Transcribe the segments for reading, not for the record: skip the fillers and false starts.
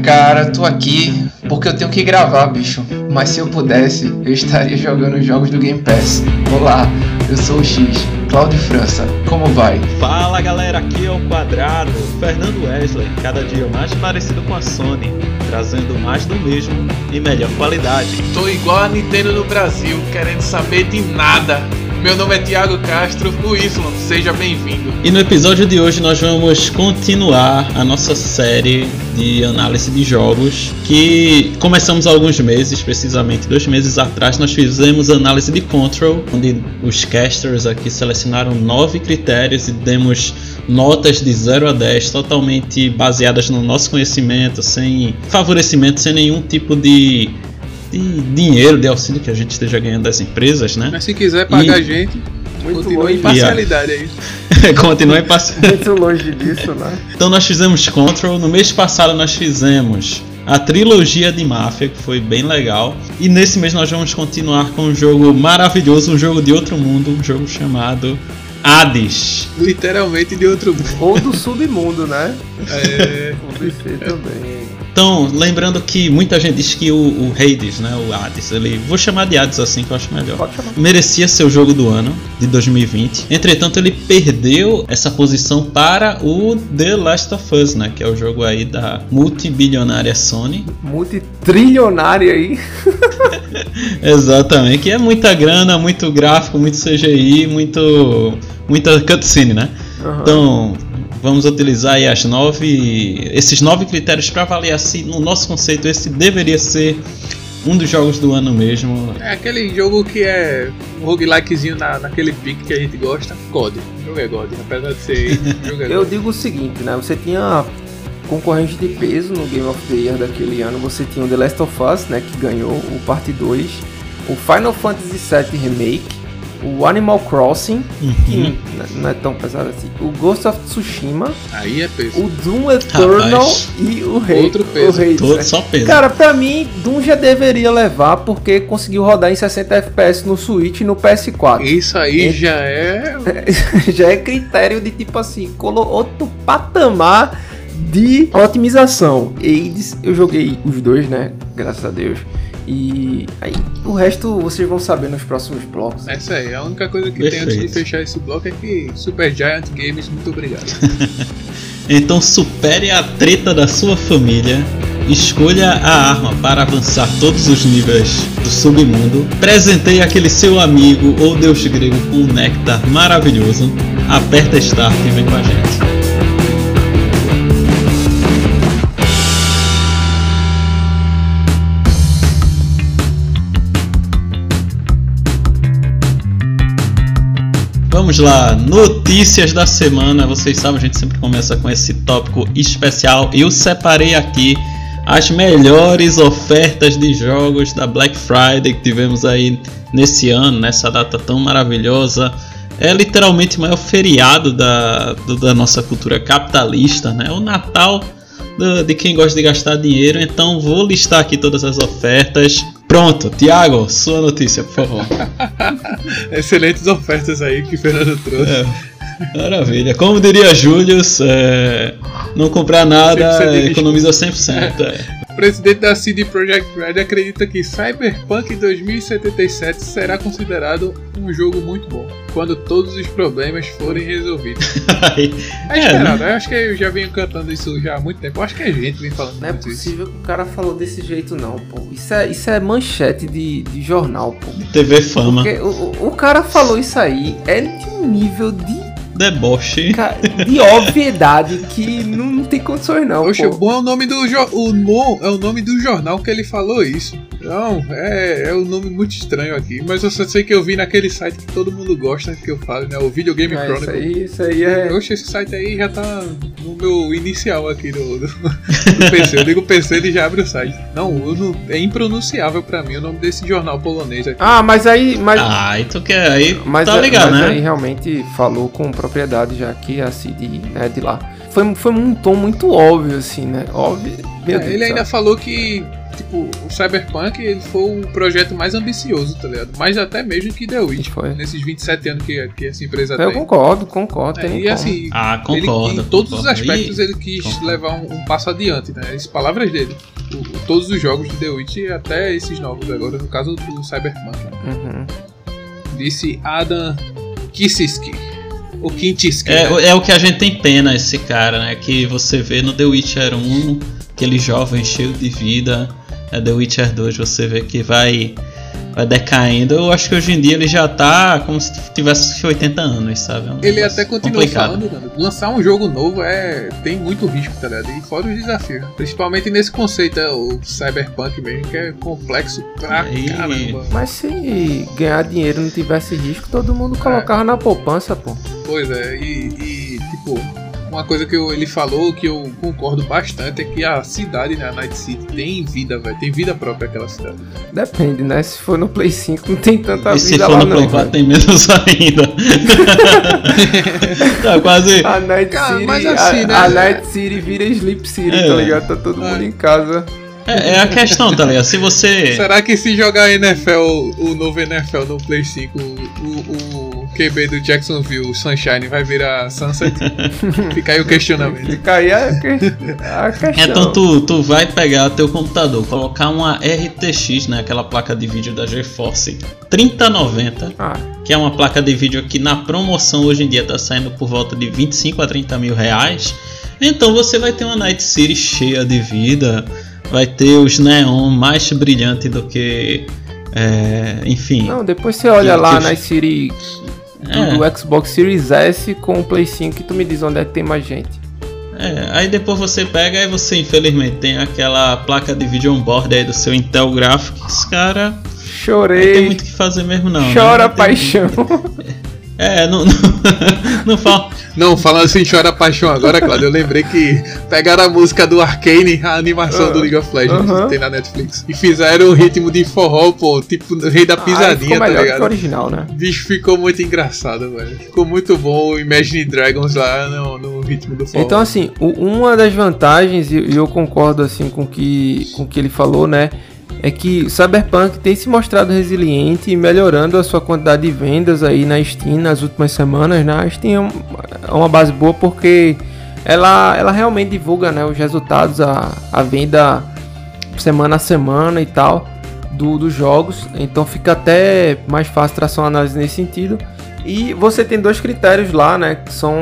Cara, tô aqui porque eu tenho que gravar, bicho. Mas se eu pudesse, eu estaria jogando os jogos do Game Pass. Olá, eu sou o X, Cláudio França. Como vai? Fala galera, aqui é o Quadrado, Fernando Wesley, cada dia mais parecido com a Sony, trazendo mais do mesmo e melhor qualidade. Tô igual a Nintendo no Brasil, querendo saber de nada. Meu nome é Thiago Castro, o Y, seja bem-vindo. E no episódio de hoje nós vamos continuar a nossa série de análise de jogos, que começamos há alguns meses, precisamente 2 meses atrás. Nós fizemos análise de Control, onde os casters aqui selecionaram 9 critérios e demos notas de 0 a 10, totalmente baseadas no nosso conhecimento, sem favorecimento, sem nenhum tipo de dinheiro, de auxílio que a gente esteja ganhando das empresas, né? Mas se quiser pagar a gente, continua em parcialidade aí. Continua em parcialidade. Muito longe disso, né? Então nós fizemos Control, no mês passado nós fizemos a trilogia de Máfia, que foi bem legal. E nesse mês nós vamos continuar com um jogo maravilhoso, um jogo de outro mundo, um jogo chamado Hades. Literalmente de outro mundo. Ou do submundo, né? Pode ser também. Então, lembrando que muita gente diz que o Hades, né, o Hades, vou chamar de Hades assim que eu acho melhor, merecia ser o jogo do ano de 2020. Entretanto, ele perdeu essa posição para o The Last of Us, né, que é o jogo aí da multibilionária Sony. Multitrilionária aí. Exatamente, que é muita grana, muito gráfico, muito CGI, muita cutscene, né? Uhum. Então, vamos utilizar aí esses 9 critérios para avaliar se, no nosso conceito, esse deveria ser um dos jogos do ano mesmo. É aquele jogo que é um roguelikezinho naquele pique que a gente gosta. God. O jogo é God, apesar de ser jogo é God. Eu digo o seguinte, né? Você tinha concorrente de peso no Game of the Year daquele ano. Você tinha o The Last of Us, né? Que ganhou o Parte 2. O Final Fantasy VII Remake. O Animal Crossing, que não é tão pesado assim. O Ghost of Tsushima. Aí é peso. O Doom Eternal e o Hades. Outro peso. Todo só peso. Cara, pra mim, Doom já deveria levar, porque conseguiu rodar em 60 FPS no Switch e no PS4. Isso aí já é... já é critério de tipo assim, outro patamar de otimização. Hades, eu joguei os dois, né? Graças a Deus. E aí o resto vocês vão saber nos próximos blocos. Essa aí, a única coisa que tem antes de fechar esse bloco é que Supergiant Games, muito obrigado. Então supere a treta da sua família, escolha a arma para avançar todos os níveis do submundo, presenteie aquele seu amigo ou deus grego com um néctar maravilhoso, aperta Start e vem com a gente. Vamos lá, notícias da semana. Vocês sabem, a gente sempre começa com esse tópico especial. Eu separei aqui as melhores ofertas de jogos da Black Friday que tivemos aí nesse ano, nessa data tão maravilhosa. É literalmente o maior feriado da nossa cultura capitalista, né? O Natal de quem gosta de gastar dinheiro. Então vou listar aqui todas as ofertas. Pronto, Thiago, sua notícia, por favor. Excelentes ofertas aí que o Fernando trouxe. Maravilha. Como diria Julius, não comprar nada economiza 100%. O presidente da CD Projekt Red acredita que Cyberpunk 2077 será considerado um jogo muito bom quando todos os problemas forem resolvidos. É esperado, né? Eu acho que eu já venho cantando isso já há muito tempo. Eu acho que a gente vem falando não muito isso. Não é possível que o cara falou desse jeito não, pô. Isso é manchete de jornal, pô. TV Fama. Porque o cara falou isso aí, é de um nível de deboche, de obviedade que não tem condições não. Poxa, o bom é o nome do é o nome do jornal que ele falou isso. Não, é um nome muito estranho aqui, mas eu só sei que eu vi naquele site que todo mundo gosta que eu falo, né? O Video Game Chronicle. Isso aí é. Poxa, esse site aí já tá no meu inicial aqui do PC. Eu ligo o PC, ele já abre o site. Não, é impronunciável pra mim o nome desse jornal polonês aqui. Mas aí. Tu quer aí? Mas tá ligado, né? Aí realmente falou com propriedade já que a CD é de lá. Foi um tom muito óbvio, assim, né? Óbvio. Ele ainda falou que tipo, o Cyberpunk ele foi o projeto mais ambicioso, tá ligado? Mais até mesmo que The Witch, nesses 27 anos que essa empresa tem. Eu concordo. E assim, concordo. Em todos os aspectos ele quis levar um passo adiante, né? As palavras dele. Todos os jogos de The Witch e até esses novos agora, no caso do Cyberpunk. Né? Disse Adam Kinskiski. O Kinskiski. É o que a gente tem pena, esse cara, né? Que você vê no The Witcher 1, aquele jovem cheio de vida. The Witcher 2 você vê que vai decaindo. Eu acho que hoje em dia ele já tá como se tivesse 80 anos, sabe? Ele até continua falando, mano, lançar um jogo novo tem muito risco, tá ligado? E fora os desafios. Principalmente nesse conceito, o Cyberpunk mesmo, que é complexo pra caramba. Mas se ganhar dinheiro não tivesse risco, todo mundo colocava na poupança, pô. Pois é, e tipo... Uma coisa que ele falou que eu concordo bastante é que a cidade, né, a Night City, tem vida, velho. Tem vida própria aquela cidade. Depende, né? Se for no Play 5 não tem tanta vida. E se for no Play 4 tem menos ainda. Tá quase. A Night City, mas assim, né? A Night City vira Sleep City, tá ligado? Tá todo mundo em casa. É a questão, tá ligado? Se você... Será que se jogar NFL, o novo NFL no Play 5, o QB do Jacksonville, Sunshine, vai virar Sunset? Fica aí o questionamento. Fica aí a questão. Então tu vai pegar teu computador, colocar uma RTX, né, aquela placa de vídeo da GeForce 3090, que é uma placa de vídeo que na promoção hoje em dia tá saindo por volta de 25 a 30 mil reais. Então você vai ter uma Night City cheia de vida. Vai ter os neon mais brilhantes do que... enfim... Não, depois você olha lá na Siri do Xbox Series S com o Play 5 e tu me diz onde é que tem mais gente. Aí depois você pega e você infelizmente tem aquela placa de vídeo on-board aí do seu Intel Graphics, cara... Chorei. Não tem muito o que fazer mesmo não. Chora, né? Paixão. Não fala... Não, falando assim, chora paixão agora, Cláudio, eu lembrei que pegaram a música do Arcane, a animação do League of Legends, que tem na Netflix, e fizeram o ritmo de forró, pô, tipo Rei da Pisadinha, tá ligado? Que o original, né? Bicho, ficou muito engraçado, velho. Ficou muito bom o Imagine Dragons lá no ritmo do forró. Então, assim, uma das vantagens, e eu concordo assim com o que ele falou, né? É que Cyberpunk tem se mostrado resiliente e melhorando a sua quantidade de vendas aí na Steam nas últimas semanas, né? A Steam é uma base boa porque ela realmente divulga, né, os resultados, a venda semana a semana e tal dos jogos, então fica até mais fácil traçar uma análise nesse sentido. E você tem dois critérios lá, né, que são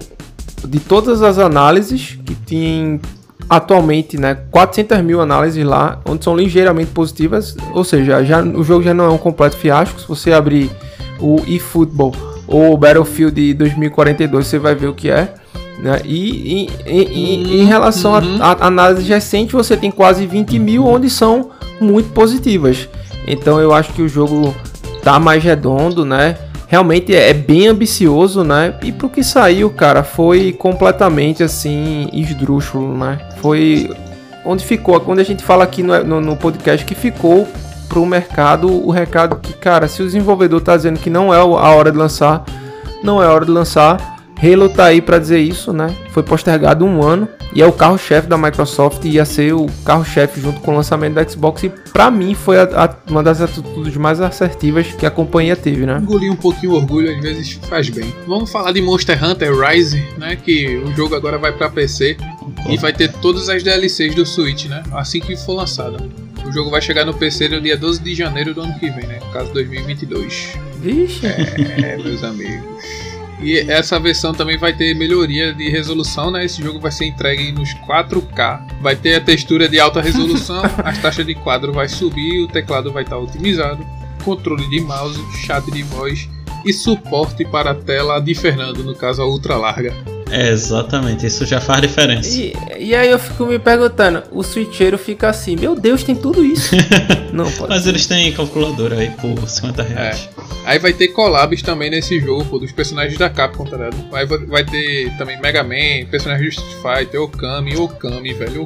de todas as análises que tem atualmente, né, 400 mil análises lá, onde são ligeiramente positivas, ou seja, o jogo já não é um completo fiasco. Se você abrir o eFootball ou o Battlefield 2042, você vai ver o que é, né? E em relação a análises recentes, você tem quase 20 mil, onde são muito positivas. Então eu acho que o jogo tá mais redondo, né? Realmente é bem ambicioso, né? E pro que saiu, cara, foi completamente assim, esdrúxulo, né? Foi onde ficou, quando a gente fala aqui no podcast, que ficou pro mercado o recado que, cara, se o desenvolvedor tá dizendo que não é a hora de lançar, não é a hora de lançar. Halo tá aí pra dizer isso, né? Foi postergado 1 ano e é o carro-chefe da Microsoft, ia ser o carro-chefe junto com o lançamento do Xbox, e pra mim foi uma das atitudes mais assertivas que a companhia teve, né? Engolir um pouquinho o orgulho às vezes faz bem. Vamos falar de Monster Hunter Rise, né? Que o jogo agora vai pra PC e vai ter todas as DLCs do Switch, né? Assim que for lançado. O jogo vai chegar no PC no dia 12 de janeiro do ano que vem, né? No caso 2022. Vixe! Meus amigos. E essa versão também vai ter melhoria de resolução, né? Esse jogo vai ser entregue nos 4K. Vai ter a textura de alta resolução, as taxas de quadro vai subir, o teclado vai estar otimizado, controle de mouse, chat de voz e suporte para a tela de Fernando, no caso a ultra larga. Exatamente, isso já faz diferença. E aí eu fico me perguntando, o switcheiro fica assim, meu Deus, tem tudo isso? Não pode. Mas eles têm calculadora aí por R$50. Aí vai ter collabs também nesse jogo, pô, dos personagens da Capcom, tá ligado? Aí vai ter também Mega Man, personagens de Street Fighter, Okami, velho,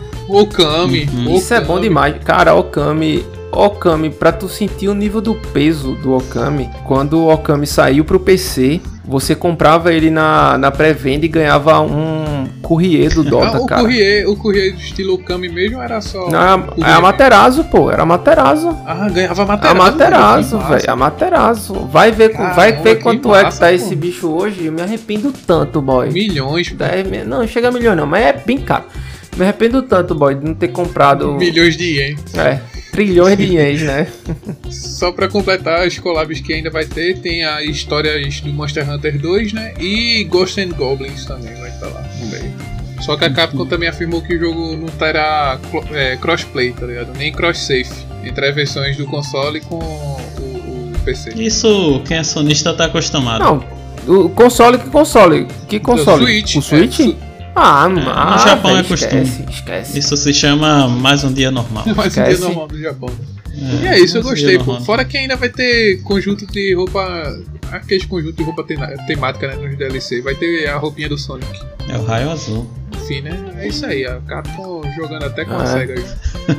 Okami. Isso é bom demais. Cara, Okami, pra tu sentir o nível do peso do Okami, quando o Okami saiu pro PC, você comprava ele na pré-venda e ganhava um courrier do Dota, cara. O courrier do estilo Kami mesmo era só... Era Amaterasu, pô. Era Amaterasu. Ganhava Amaterasu. Amaterasu, velho. Amaterasu. Vai ver quanto massa, é que tá esse bicho hoje. Eu me arrependo tanto, boy. Milhões, pô. Não, chega a milhões não, mas é bem caro. Me arrependo tanto, boy, de não ter comprado... Milhões de ienes. Trilhões de ienes, né? Só pra completar as collabs que ainda vai ter, tem a histórias do Monster Hunter 2, né? E Ghosts and Goblins também vai estar lá no meio. Só que a Capcom também afirmou que o jogo não terá crossplay, tá ligado? Nem cross-save entre as versões do console com o PC. Isso, quem é sonista tá acostumado. Não, o console, que console? Que console? Switch. O Switch? No Japão é costume. Esquece. Isso se chama mais um dia normal. Mais um dia normal do Japão. E é isso, eu gostei, pô. Fora que ainda vai ter conjunto de roupa. Aqueles conjuntos de roupa temática, né? Nos DLC. Vai ter a roupinha do Sonic. É o raio azul. Enfim, né? É isso aí. A Capcom jogando até com a SEGA aí.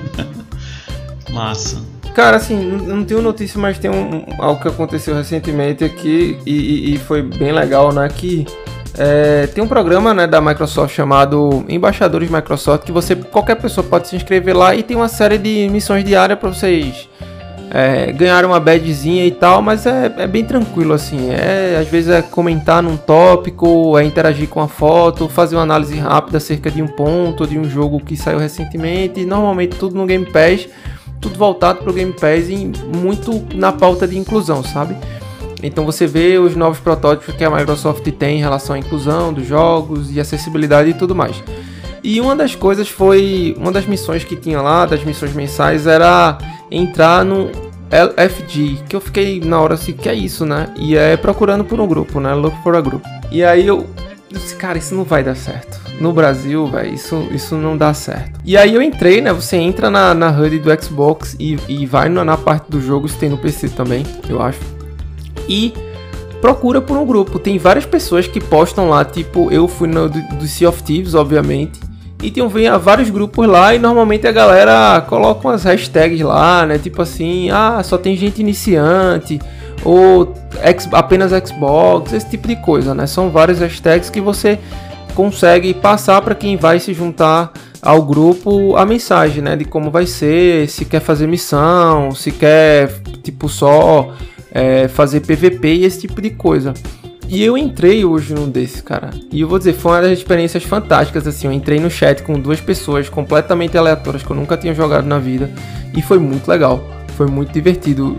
Massa. Cara, assim, não tenho notícia, mas tem algo que aconteceu recentemente aqui e foi bem legal, né? Que tem um programa, né, da Microsoft chamado Embaixadores Microsoft, que qualquer pessoa pode se inscrever lá e tem uma série de missões diárias para vocês ganharem uma badgezinha e tal, mas é bem tranquilo, assim. Às vezes é comentar num tópico, interagir com a foto, fazer uma análise rápida acerca de um ponto, de um jogo que saiu recentemente, e normalmente tudo no Game Pass, tudo voltado pro Game Pass e muito na pauta de inclusão, sabe? Então você vê os novos protótipos que a Microsoft tem em relação à inclusão dos jogos e acessibilidade e tudo mais. E uma das missões que tinha lá, das missões mensais, era entrar no LFG, que eu fiquei na hora assim, que é isso, né? E procurando por um grupo, né? Look for a group. E aí eu disse, cara, isso não vai dar certo. No Brasil, velho, isso não dá certo. E aí eu entrei, né? Você entra na HUD do Xbox e vai na parte dos jogos, tem no PC também, eu acho. E procura por um grupo. Tem várias pessoas que postam lá, tipo, eu fui do Sea of Thieves, obviamente. E tem vários grupos lá e normalmente a galera coloca umas hashtags lá, né? Tipo assim, só tem gente iniciante, ou apenas Xbox, esse tipo de coisa, né? São várias hashtags que você consegue passar para quem vai se juntar ao grupo a mensagem, né? De como vai ser, se quer fazer missão, se quer, tipo, só fazer PVP e esse tipo de coisa. E eu entrei hoje num desses, cara. E eu vou dizer, foi uma das experiências fantásticas, assim. Eu entrei no chat com duas pessoas completamente aleatórias que eu nunca tinha jogado na vida. E foi muito legal. Foi muito divertido.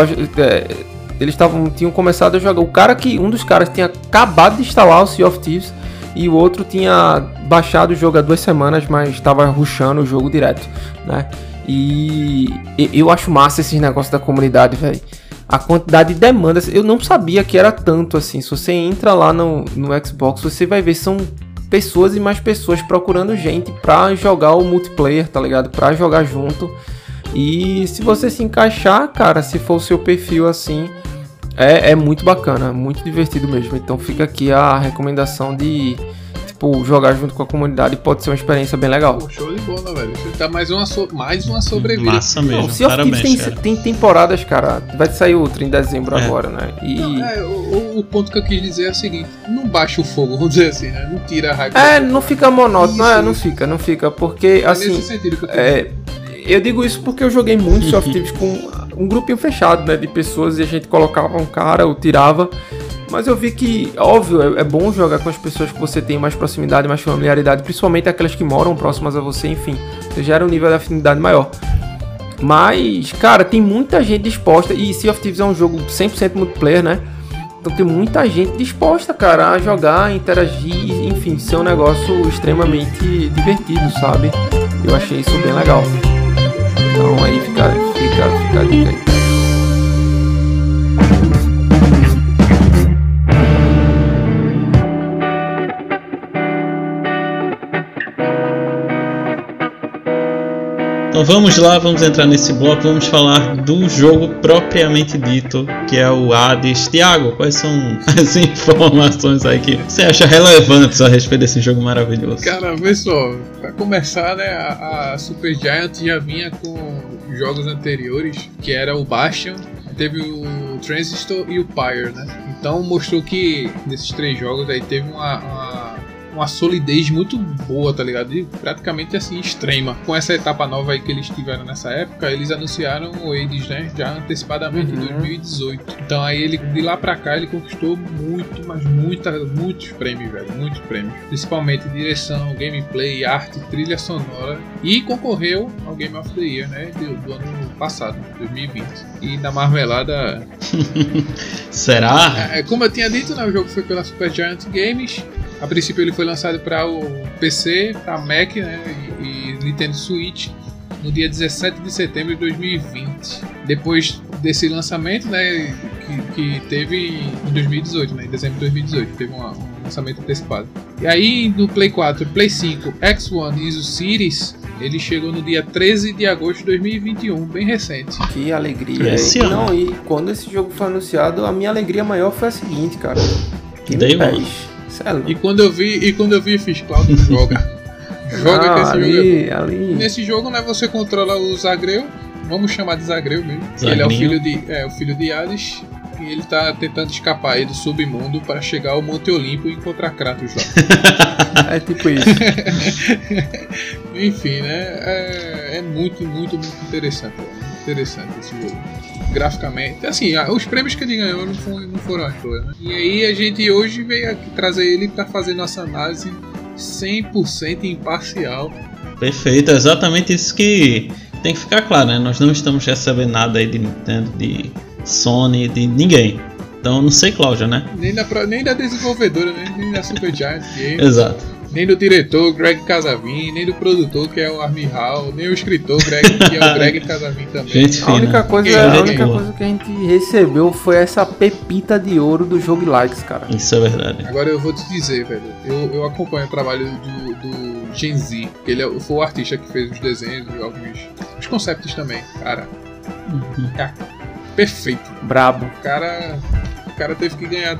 Eles tinham começado a jogar. Um dos caras tinha acabado de instalar o Sea of Thieves. E o outro tinha baixado o jogo há 2 semanas, mas estava rushando o jogo direto, né? E eu acho massa esses negócios da comunidade, velho. A quantidade de demandas, eu não sabia que era tanto assim. Se você entra lá no Xbox, você vai ver, são pessoas e mais pessoas procurando gente pra jogar o multiplayer, tá ligado? Pra jogar junto. E se você se encaixar, cara, se for o seu perfil assim, é muito bacana, muito divertido mesmo. Então fica aqui a recomendação de, tipo, jogar junto com a comunidade, pode ser uma experiência bem legal. Pô, show de bola, velho. Você dá mais uma sobrevida. Massa mesmo. Não, Sea of Thieves tem temporadas, cara. Vai sair outra em dezembro agora, né? E... Não, o ponto que eu quis dizer é o seguinte: não baixa o fogo, vamos dizer assim, né? Não tira a raiva. Não fica monótono, não fica, porque assim. Nesse sentido que eu eu digo isso porque eu joguei muito Sea of Thieves com um grupinho fechado, né? De pessoas e a gente colocava um cara ou tirava. Mas eu vi que, óbvio, é bom jogar com as pessoas que você tem mais proximidade, mais familiaridade, principalmente aquelas que moram próximas a você, enfim. Você gera um nível de afinidade maior. Mas, cara, tem muita gente disposta, e Sea of Thieves é um jogo 100% multiplayer, né? Então tem muita gente disposta, cara, a jogar, interagir, enfim, ser um negócio extremamente divertido, sabe? Eu achei isso bem legal. Então aí fica a dica aí. Então vamos lá, vamos entrar nesse bloco, vamos falar do jogo propriamente dito, que é o Hades. Thiago, quais são as informações aí que você acha relevantes a respeito desse jogo maravilhoso? Cara, vê só, pra começar, né, a Supergiant já vinha com jogos anteriores, que era o Bastion, teve o Transistor e o Pyre, né? Então mostrou que nesses 3 jogos aí teve uma solidez muito boa, tá ligado? E praticamente assim, extrema. Com essa etapa nova aí que eles tiveram nessa época, eles anunciaram o Hades, né? Já antecipadamente em 2018. Então aí ele, de lá pra cá, ele conquistou muitos prêmios, velho. Muitos prêmios. Principalmente direção, gameplay, arte, trilha sonora. E concorreu ao Game of the Year, né? Do ano passado, 2020. E na marmelada... Será? Como eu tinha dito, né? O jogo foi pela Supergiant Games. A princípio ele foi lançado para o PC, para Mac, né, e Nintendo Switch no dia 17 de setembro de 2020. Depois desse lançamento, né, que teve em 2018, né, em dezembro de 2018, teve um lançamento antecipado. E aí no Play 4, Play 5, X1 e o Series, ele chegou no dia 13 de agosto de 2021, bem recente. Que alegria. Não, e quando esse jogo foi anunciado, a minha alegria maior foi a seguinte, cara. Game Pass. E quando eu vi, fiz Cláudio, joga com esse jogo. Ali. Nesse jogo, né, você controla o Zagreu, vamos chamar de Zagreu mesmo. Ele é o filho de Hades e ele tá tentando escapar aí do submundo para chegar ao Monte Olimpo e encontrar Kratos lá. É tipo isso. Enfim, né, é muito interessante, interessante esse jogo. Graficamente, assim, os prêmios que ele ganhou não foram à toa, né? E aí a gente hoje veio aqui trazer ele para fazer nossa análise 100% imparcial. Perfeito, é exatamente isso que tem que ficar claro, né? Nós não estamos recebendo nada aí de Nintendo, de Sony, de ninguém. Então não sei, Cláudia, né? Nem da desenvolvedora, né? Nem da Supergiant Games. Exato. Nem do diretor, Greg Casavin, nem do produtor, que é o Armie Hall, nem o escritor, que é o Greg Casavin também. Gente fina. A única coisa que a gente recebeu foi essa pepita de ouro do Roguelikes, cara. Isso é verdade. Agora eu vou te dizer, velho, eu acompanho o trabalho do Gen Z, que ele foi o artista que fez os desenhos, os conceptos também, cara. Perfeito. Brabo. O cara teve que ganhar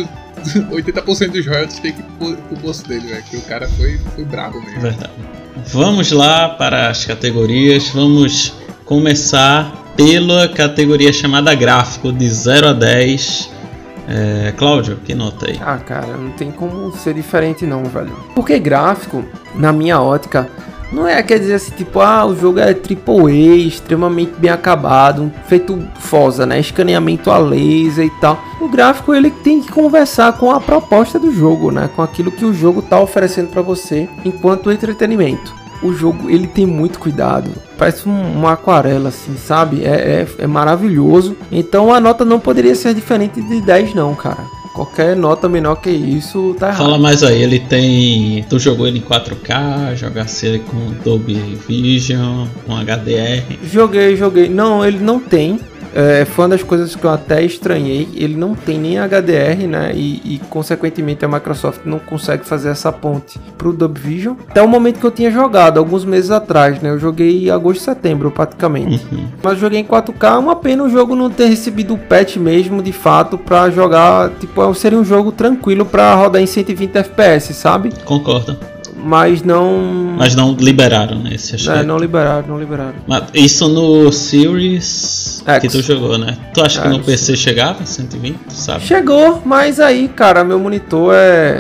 80% dos royalties tem que ir pro bolso dele, velho. Que o cara foi brabo mesmo. Verdade. Vamos lá para as categorias. Vamos começar pela categoria chamada gráfico, de 0 a 10. Cláudio, que nota aí? Cara, não tem como ser diferente não, velho. Porque gráfico, na minha ótica, não quer dizer assim, tipo, o jogo é AAA, extremamente bem acabado, feito Forza, né, escaneamento a laser e tal. O gráfico, ele tem que conversar com a proposta do jogo, né, com aquilo que o jogo tá oferecendo para você enquanto entretenimento. O jogo, ele tem muito cuidado, parece uma aquarela, assim, sabe, é maravilhoso. Então a nota não poderia ser diferente de 10 não, cara. Qualquer nota menor que isso tá errado. Fala mais aí, ele tem... Tu jogou ele em 4K, jogasse ele com Dolby Vision, com HDR? Joguei. Não, ele não tem. Foi uma das coisas que eu até estranhei. Ele não tem nem HDR, né? E consequentemente a Microsoft não consegue fazer essa ponte pro Dolby Vision. Até o momento que eu tinha jogado, alguns meses atrás, né? Eu joguei em agosto e setembro, praticamente. Mas eu joguei em 4K. É uma pena o jogo não ter recebido o patch mesmo, de fato, pra jogar. Tipo, seria um jogo tranquilo pra rodar em 120 FPS, sabe? Concordo. Mas não liberaram, né? Esse aspecto. Não liberaram. Mas isso no Series X que tu jogou, né? Tu acha que no PC chegava 120, sabe? Chegou, mas aí, cara, meu monitor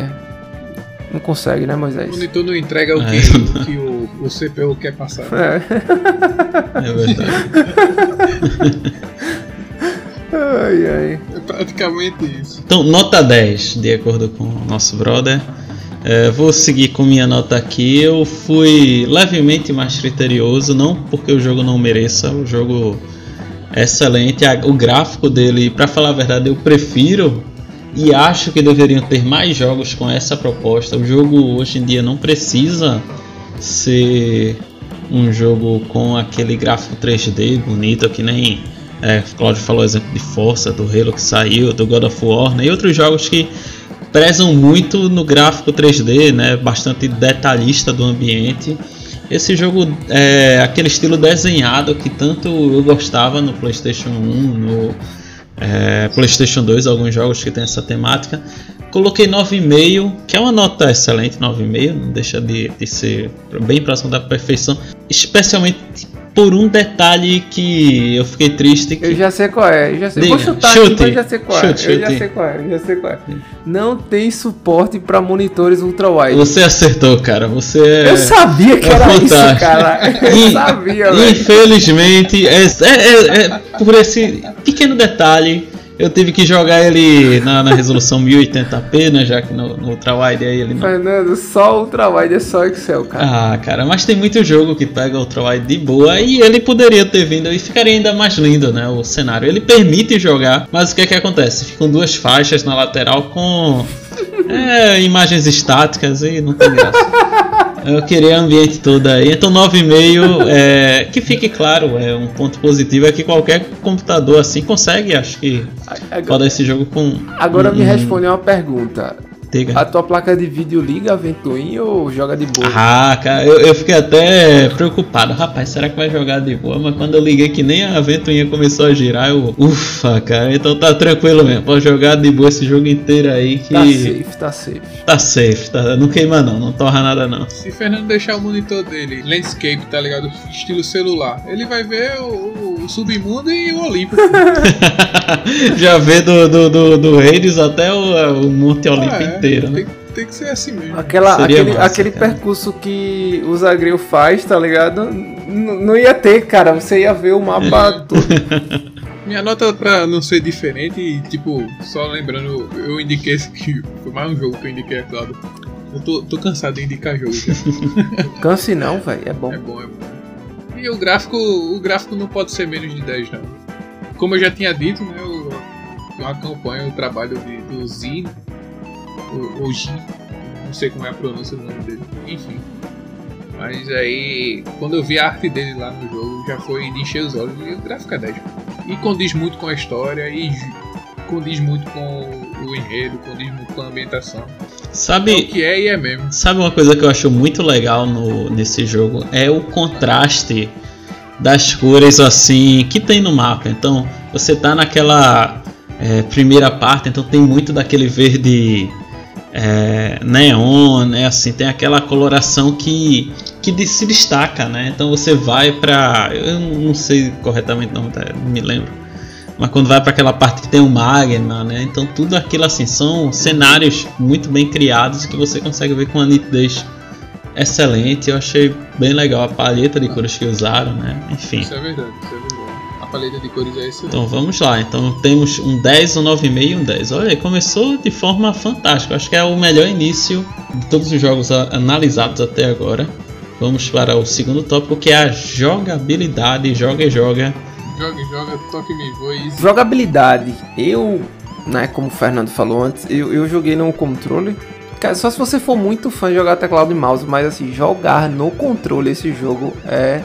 não consegue, né, Moisés? O monitor não entrega o que o CPU quer passar. É verdade. Ai. É praticamente isso. Então, nota 10, de acordo com o nosso brother. Vou seguir com minha nota aqui. Eu fui levemente mais criterioso, não porque o jogo não mereça, o jogo é excelente, o gráfico dele, pra falar a verdade, eu prefiro e acho que deveriam ter mais jogos com essa proposta. O jogo hoje em dia não precisa ser um jogo com aquele gráfico 3D bonito, que nem Cláudio falou, exemplo de Forza, do Halo que saiu, do God of War, né, e outros jogos que prezam muito no gráfico 3D, né, bastante detalhista do ambiente. Esse jogo é aquele estilo desenhado que tanto eu gostava no PlayStation 1, no PlayStation 2, alguns jogos que tem essa temática. Coloquei 9,5, que é uma nota excelente, 9,5, não deixa de ser bem próximo da perfeição, especialmente por um detalhe que eu fiquei triste. Que... Eu já sei qual é. Vou chutar chute. Aqui, mas já sei qual é. Eu já sei qual é. Não tem suporte para monitores ultrawide. Você acertou, cara. Eu sabia que era fantástico. Isso, cara. Eu sabia, velho. Infelizmente, por esse pequeno detalhe, eu tive que jogar ele na resolução 1080p, né? Já que no ultrawide aí ele não... Fernando, só ultrawide é só Excel, cara. Ah, cara, mas tem muito jogo que pega ultrawide de boa e ele poderia ter vindo e ficaria ainda mais lindo, né? O cenário. Ele permite jogar, mas o que é que acontece? Ficam duas faixas na lateral com imagens estáticas e não tem graça. Eu queria o ambiente todo aí. Então 9,5, que fique claro, um ponto positivo é que qualquer computador assim consegue, acho que roda esse jogo com... Agora me responde uma pergunta. Diga. A tua placa de vídeo liga a ventoinha ou joga de boa? Ah, cara, eu fiquei até preocupado. Rapaz, será que vai jogar de boa? Mas quando eu liguei que nem a ventoinha começou a girar, ufa, cara, então tá tranquilo mesmo. Pode jogar de boa esse jogo inteiro aí que... Tá safe. Tá safe, não queima não torra nada não. Se Fernando deixar o monitor dele landscape, tá ligado? Estilo celular, ele vai ver o submundo e o Olimpo. Já vê do Hades até o Monte Olimpo inteiro, né? Tem que ser assim mesmo. Aquele percurso que o Zagreu faz, tá ligado? Não ia ter, cara. Você ia ver o mapa todo. Minha nota pra não ser diferente, tipo, só lembrando, eu indiquei esse que foi mais um jogo que eu indiquei, é claro. Eu tô cansado de indicar jogo já. Canse não, velho. É bom. É bom. E o gráfico não pode ser menos de 10, não. Como eu já tinha dito, né? Eu acompanho o trabalho do Zi, o G, não sei como é a pronúncia do nome dele, enfim. Mas aí, quando eu vi a arte dele lá no jogo, já foi de encher os olhos e o gráfico é 10. E condiz muito com a história, e condiz muito com o enredo, condiz muito com a ambientação. Sabe, é o que é e é mesmo. Sabe uma coisa que eu acho muito legal nesse jogo? É o contraste das cores assim que tem no mapa. Então, você tá naquela primeira parte, então tem muito daquele verde neon, né? Assim, tem aquela coloração que se destaca, né? Então você vai pra... Eu não sei corretamente, não me lembro. Mas quando vai para aquela parte que tem o magma, né? Então tudo aquilo assim são cenários muito bem criados que você consegue ver com uma nitidez excelente. Eu achei bem legal a paleta de cores que usaram, né? Enfim. Isso é verdade. A paleta de cores é excelente. Então vamos lá. Então temos um 10, um 9,5 e um 10. Olha, começou de forma fantástica. Acho que é o melhor início de todos os jogos analisados até agora. Vamos para o segundo tópico, que é a jogabilidade. Joga, toque me voe. Jogabilidade. Eu, né, como o Fernando falou antes, eu joguei no controle. Cara, só se você for muito fã de jogar teclado e mouse, mas assim, jogar no controle esse jogo é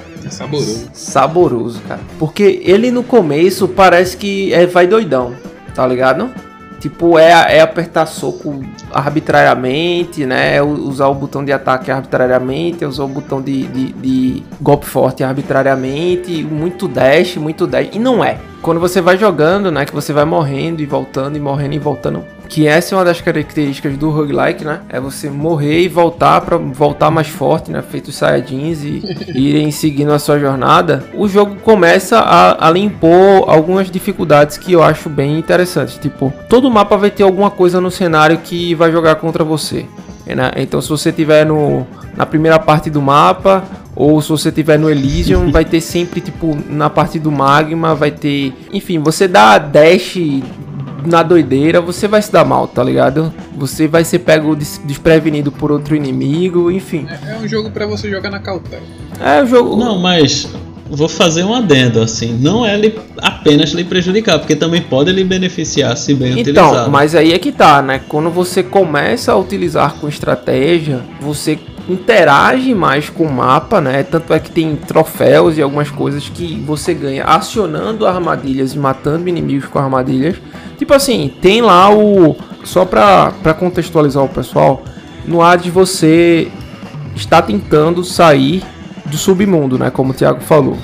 saboroso, cara. Porque ele no começo parece que vai doidão, tá ligado? Tipo, apertar soco arbitrariamente, né? Usar o botão de ataque arbitrariamente, usar o botão de golpe forte arbitrariamente, muito dash. E não é. Quando você vai jogando, né? Que você vai morrendo e voltando, e morrendo e voltando. Que essa é uma das características do roguelike, né? É você morrer e voltar pra voltar mais forte, né? Feito os Saiyajins e irem seguindo a sua jornada. O jogo começa a limpar algumas dificuldades que eu acho bem interessantes. Tipo, todo mapa vai ter alguma coisa no cenário que vai jogar contra você, né? Então se você estiver na primeira parte do mapa, ou se você estiver no Elysium, vai ter sempre, tipo, na parte do magma, vai ter... Enfim, você dá dash na doideira, você vai se dar mal, tá ligado? Você vai ser pego desprevenido por outro inimigo, enfim. É um jogo pra você jogar na cautela. É um jogo... Não, mas... Vou fazer um adendo, assim, não é apenas lhe prejudicar, porque também pode lhe beneficiar se bem utilizado. Então, mas aí é que tá, né? Quando você começa a utilizar com estratégia, você interage mais com o mapa, né? Tanto é que tem troféus e algumas coisas que você ganha acionando armadilhas e matando inimigos com armadilhas. Tipo assim, tem lá só pra contextualizar o pessoal, no Hades você está tentando sair do submundo, né, como o Thiago falou.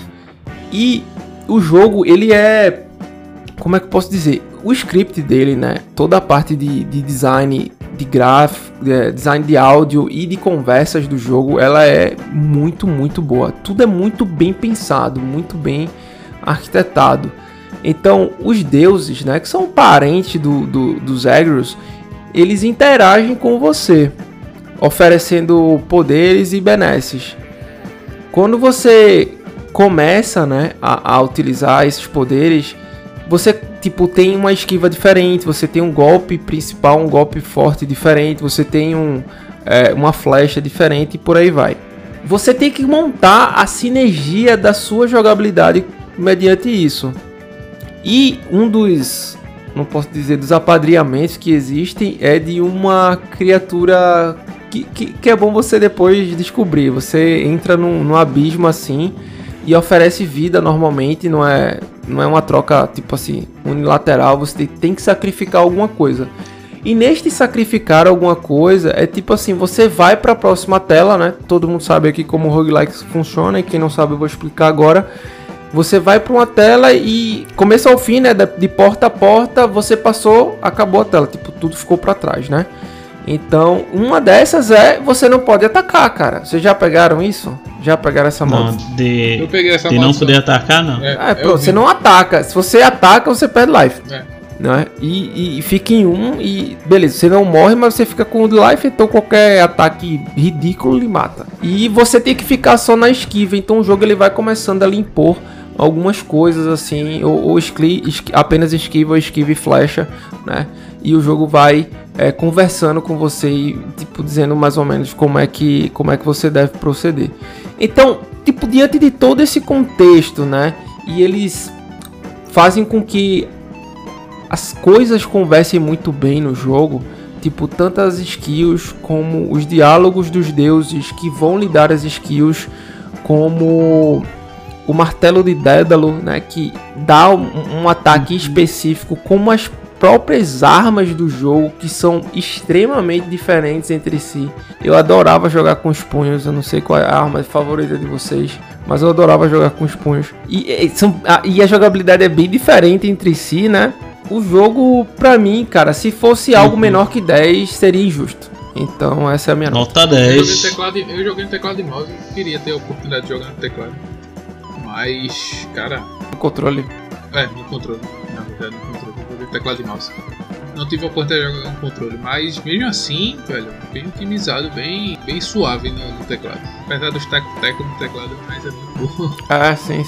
E o jogo, ele é... Como é que eu posso dizer? O script dele, né, toda a parte de design de gráfico, design de áudio e de conversas do jogo, ela é muito, muito boa. Tudo é muito bem pensado, muito bem arquitetado. Então, os deuses, né, que são parentes dos Zagreus, eles interagem com você, oferecendo poderes e benesses. Quando você começa, né, a utilizar esses poderes, você tipo tem uma esquiva diferente, você tem um golpe principal, um golpe forte diferente, você tem uma flecha diferente e por aí vai. Você tem que montar a sinergia da sua jogabilidade mediante isso. E um dos, não posso dizer, dos apadrinhamentos que existem é de uma criatura que é bom você depois descobrir. Você entra num abismo assim e oferece vida normalmente, não é uma troca tipo assim unilateral, você tem que sacrificar alguma coisa. E neste sacrificar alguma coisa é tipo assim, você vai para a próxima tela, né? Todo mundo sabe aqui como o roguelike funciona, e quem não sabe eu vou explicar agora. Você vai para uma tela e começo ao fim, né, de porta a porta, você passou, acabou a tela, tipo, tudo ficou para trás, né? Então, uma dessas você não pode atacar, cara. Vocês já pegaram isso? Já pegaram essa moda? Eu peguei essa de não poder atacar, não. Pronto, você não ataca. Se você ataca, você perde life. Né? E fica em 1 e beleza, você não morre, mas você fica com o life, então qualquer ataque ridículo lhe mata. E você tem que ficar só na esquiva, então o jogo ele vai começando a lhe impor algumas coisas assim, ou apenas esquiva e flecha, né? E o jogo vai conversando com você e tipo, dizendo mais ou menos como é que você deve proceder. Então, tipo, diante de todo esse contexto, né? E eles fazem com que as coisas conversem muito bem no jogo, tipo, tanto as skills como os diálogos dos deuses que vão lhe dar as skills, como o martelo de Dédalo, né, que dá um ataque específico, como as próprias armas do jogo, que são extremamente diferentes entre si. Eu adorava jogar com os punhos, eu não sei qual é a arma favorita de vocês, mas eu adorava jogar com os punhos. E a jogabilidade é bem diferente entre si, né? O jogo, pra mim, cara, se fosse algo menor que 10, seria injusto. Então, essa é a minha nota. 10. Eu joguei no teclado e mouse, eu queria ter a oportunidade de jogar no teclado. Mas, cara... No controle. No controle. Na verdade, no controle. Eu joguei no teclado e mouse. Não tive a oportunidade de jogar no controle, mas mesmo assim, velho, bem otimizado, bem suave no teclado. Apesar dos teco no teclado, mas é muito bom. Ah, sim.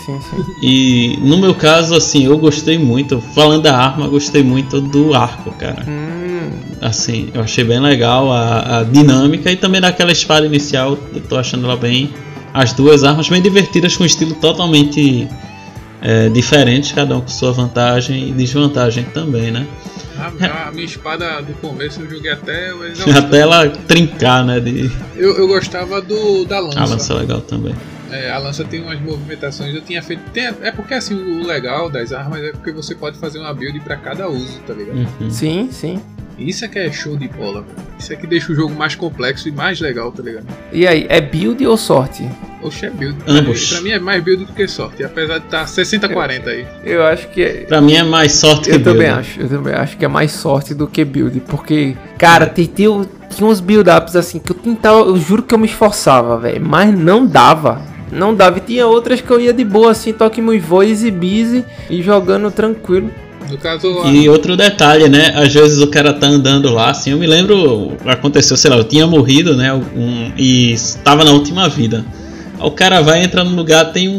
E no meu caso, assim, eu gostei muito, falando da arma, eu gostei muito do arco, cara. Assim, eu achei bem legal a dinâmica e também daquela espada inicial, eu tô achando ela bem... As duas armas bem divertidas, com um estilo totalmente diferente, cada um com sua vantagem e desvantagem também, né? A minha espada do começo eu joguei até ela trincar, né? Eu gostava da lança. A lança é legal também. A lança tem umas movimentações, eu tinha feito... É porque assim, o legal das armas é porque você pode fazer uma build pra cada uso, tá ligado? Sim. Isso é que é show de bola, velho. Isso é que deixa o jogo mais complexo e mais legal, tá ligado? E aí, é build ou sorte? Oxe, é build. Ambos. Pra mim é mais build do que sorte, apesar de estar 60-40 aí. Eu acho que Pra mim é mais sorte que build. Eu também acho que é mais sorte do que build. Porque, cara, tinha uns build-ups assim que eu tentava, eu juro que eu me esforçava, velho. Mas não dava. E tinha outras que eu ia de boa, assim, toque muito voz e busy e jogando tranquilo. No caso, e outro detalhe, né? Às vezes o cara tá andando lá, assim, eu me lembro, aconteceu, sei lá, eu tinha morrido, né? E estava na última vida. Aí o cara vai entrar no lugar, tem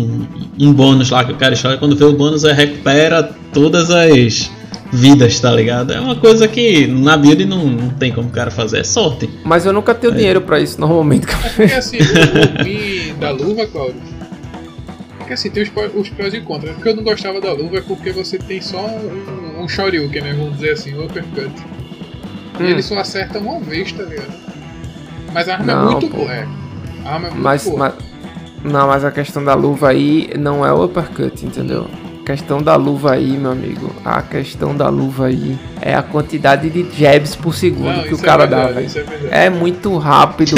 um bônus lá que o cara escolhe, quando vê o bônus recupera todas as vidas, tá ligado? É uma coisa que na build não tem como o cara fazer, é sorte. Mas eu nunca tenho dinheiro pra isso normalmente. Porque assim, o fim da luva, Cláudio, porque assim, tem os prós e contras. Porque eu não gostava da luva é porque você tem só um shoryuken, né? Vamos dizer assim, um uppercut. E ele só acerta uma vez, tá ligado? Mas a arma é muito boa. A arma é muito boa. Mas a questão da luva aí não é o uppercut, entendeu? A questão da luva aí, meu amigo. A questão da luva aí é a quantidade de jabs por segundo que o cara dá, velho. É muito rápido,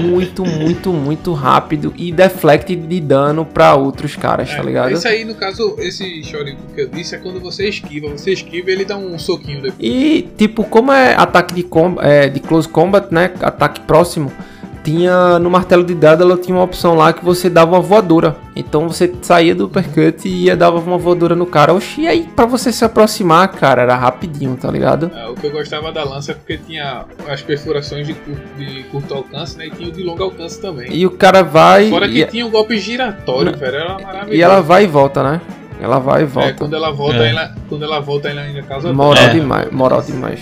muito rápido e deflect de dano pra outros caras, tá ligado? Isso aí, no caso, esse Shoryuken que eu disse é quando você esquiva e ele dá um soquinho depois. E, tipo, como é ataque de close combat, né? Ataque próximo. Tinha no martelo de Daedalus tinha uma opção lá que você dava uma voadora. Então você saía do uppercut e ia dar uma voadora no cara. Oxi, e aí pra você se aproximar, cara, era rapidinho, tá ligado? O que eu gostava da lança é porque tinha as perfurações de curto alcance, né? E tinha o de longo alcance também. E o cara vai... Fora que tinha um golpe giratório, velho. Era maravilhoso. E ela vai e volta, né? Ela vai e volta. Quando ela volta, ela ainda causa moral demais. Moral demais.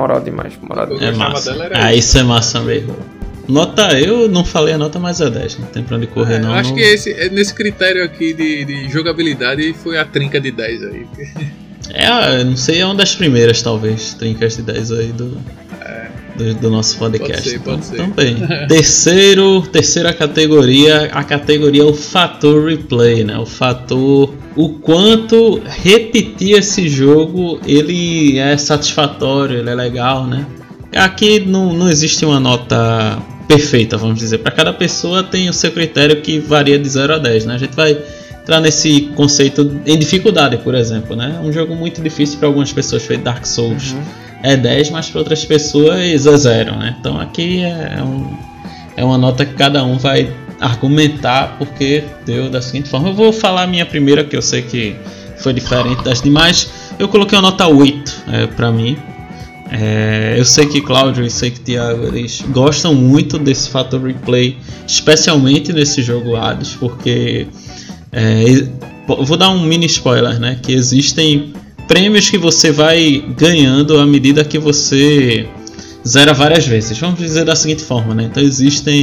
É massa. Isso é massa mesmo. Nota, eu não falei a nota, mas é 10, não tem pra onde correr não. Eu acho que nesse critério aqui de jogabilidade foi a trinca de 10 aí. Não sei, é uma das primeiras talvez, trincas de 10 aí do nosso podcast. Pode ser. Também. Terceira categoria, a categoria é o fator replay, né? O quanto repetir esse jogo, ele é satisfatório, ele é legal, né? Aqui não existe uma nota perfeita, vamos dizer. Para cada pessoa tem o seu critério que varia de 0 a 10, né? A gente vai entrar nesse conceito em dificuldade, por exemplo, né? Um jogo muito difícil para algumas pessoas, feito Dark Souls, é 10, mas para outras pessoas é 0, né? Então aqui é uma nota que cada um vai argumentar porque deu da seguinte forma. Eu vou falar a minha primeira, que eu sei que foi diferente das demais. Eu coloquei uma nota 8 para mim. Eu sei que Cláudio e sei que Thiago, eles gostam muito desse fator replay, especialmente nesse jogo Hades, porque vou dar um mini spoiler, né? Que existem prêmios que você vai ganhando à medida que você zera várias vezes. Vamos dizer da seguinte forma, né? Então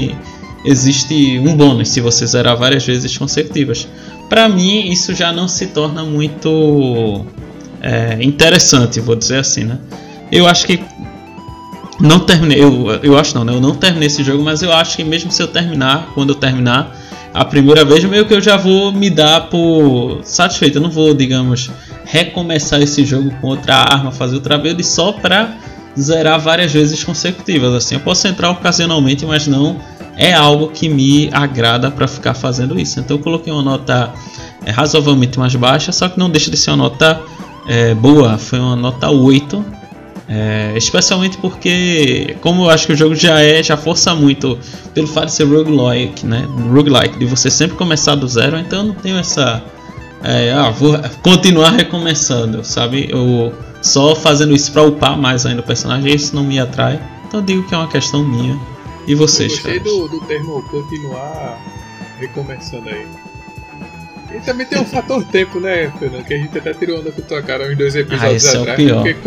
existe um bônus se você zerar várias vezes consecutivas. Para mim isso já não se torna muito interessante, vou dizer assim, né? Eu acho que não terminei, eu acho não, né? Eu não terminei esse jogo, mas eu acho que mesmo se eu terminar, quando eu terminar a primeira vez, meio que eu já vou me dar por satisfeito. Eu não vou, digamos, recomeçar esse jogo com outra arma, fazer outra build só para zerar várias vezes consecutivas. Assim, eu posso entrar ocasionalmente, mas não é algo que me agrada para ficar fazendo isso. Então eu coloquei uma nota razoavelmente mais baixa, só que não deixa de ser uma nota boa. Foi uma nota 8. Especialmente porque, como eu acho que o jogo já força muito pelo fato de ser roguelike, né? Roguelike, de você sempre começar do zero, então eu não tenho essa vou continuar recomeçando, sabe? Eu só fazendo isso para upar mais ainda o personagem, isso não me atrai. Então eu digo que é uma questão minha. E vocês, eu gostei do termo continuar recomeçando aí. E também tem um fator tempo, né, Fernando? Que a gente até tirou onda com tua cara uns 2 episódios atrás. É o pior. Porque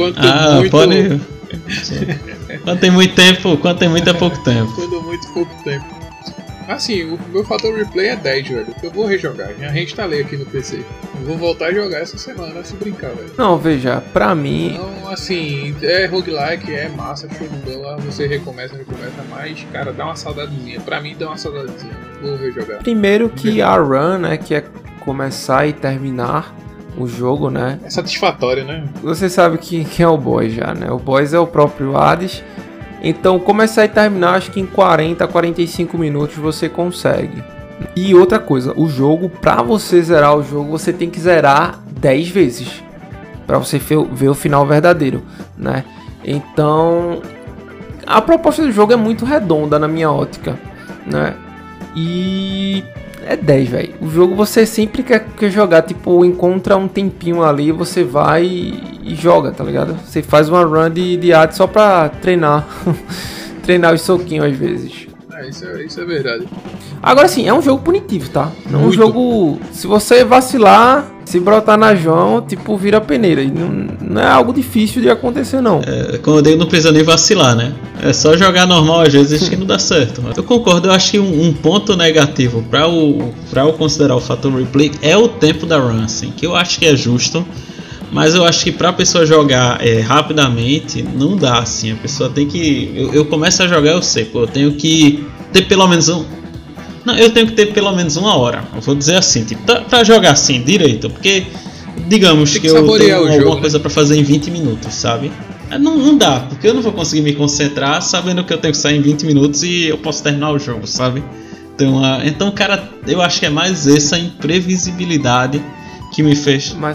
quando tem muito tempo, quando tem muito é pouco tempo. Quando muito pouco tempo. Assim, o meu fator replay é 10, velho. Eu vou rejogar. Já reinstalei aqui no PC. Eu vou voltar a jogar essa semana, se brincar, velho. Não, veja, pra mim... Então, assim, é roguelike, é massa, show de bola. Você recomeça, mas, cara, dá uma saudadezinha. Pra mim, dá uma saudadezinha. Vou rejogar. Primeiro que a run, né, que é começar e terminar o jogo, né? É satisfatório, né? Você sabe quem é o boss já, né? O boss é o próprio Hades. Então, começar e terminar, acho que em 40 a 45 minutos você consegue. E outra coisa, o jogo, pra você zerar o jogo, você tem que zerar 10 vezes. Pra você ver o final verdadeiro, né? Então, a proposta do jogo é muito redonda na minha ótica, né? E... é 10, velho. O jogo você sempre quer jogar, tipo, encontra um tempinho ali, você vai e joga, tá ligado? Você faz uma run de Hades só pra treinar. Treinar os soquinhos às vezes. Isso é verdade. Agora sim, é um jogo punitivo, tá? Não é um jogo... se você vacilar, se brotar na João, tipo, vira peneira. E não é algo difícil de acontecer, não. Como eu digo, não precisa nem vacilar, né? É só jogar normal às vezes que não dá certo. Eu concordo, eu acho que um ponto negativo pra eu considerar o fator replay é o tempo da run, assim, que eu acho que é justo. Mas eu acho que pra pessoa jogar rapidamente, não dá, assim. A pessoa tem que... Eu começo a jogar, eu sei, pô, eu tenho que ter pelo menos eu tenho que ter pelo menos 1 hora. Eu vou dizer assim, tipo, pra jogar assim, direito. Porque digamos que eu tenho alguma coisa pra fazer em 20 minutos, sabe? Não dá, porque eu não vou conseguir me concentrar sabendo que eu tenho que sair em 20 minutos e eu posso terminar o jogo, sabe? Então, cara, eu acho que é mais essa imprevisibilidade que me fez. Mas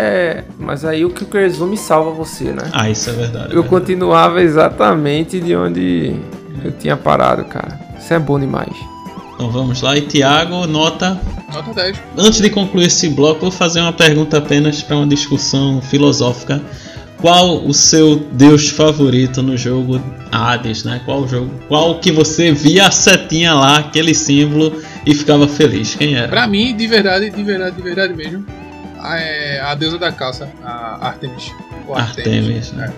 aí o que o resume salva você, né? Ah, isso é verdade. Eu continuava exatamente de onde eu tinha parado, cara. Isso é bom demais. Então vamos lá, e Thiago, nota 10. Antes de concluir esse bloco, vou fazer uma pergunta apenas para uma discussão filosófica. Qual o seu deus favorito no jogo Hades, né? Qual que você via a setinha lá, aquele símbolo, e ficava feliz? Quem era? Pra mim, de verdade mesmo, a deusa da caça, a Artemis. Artemis, né?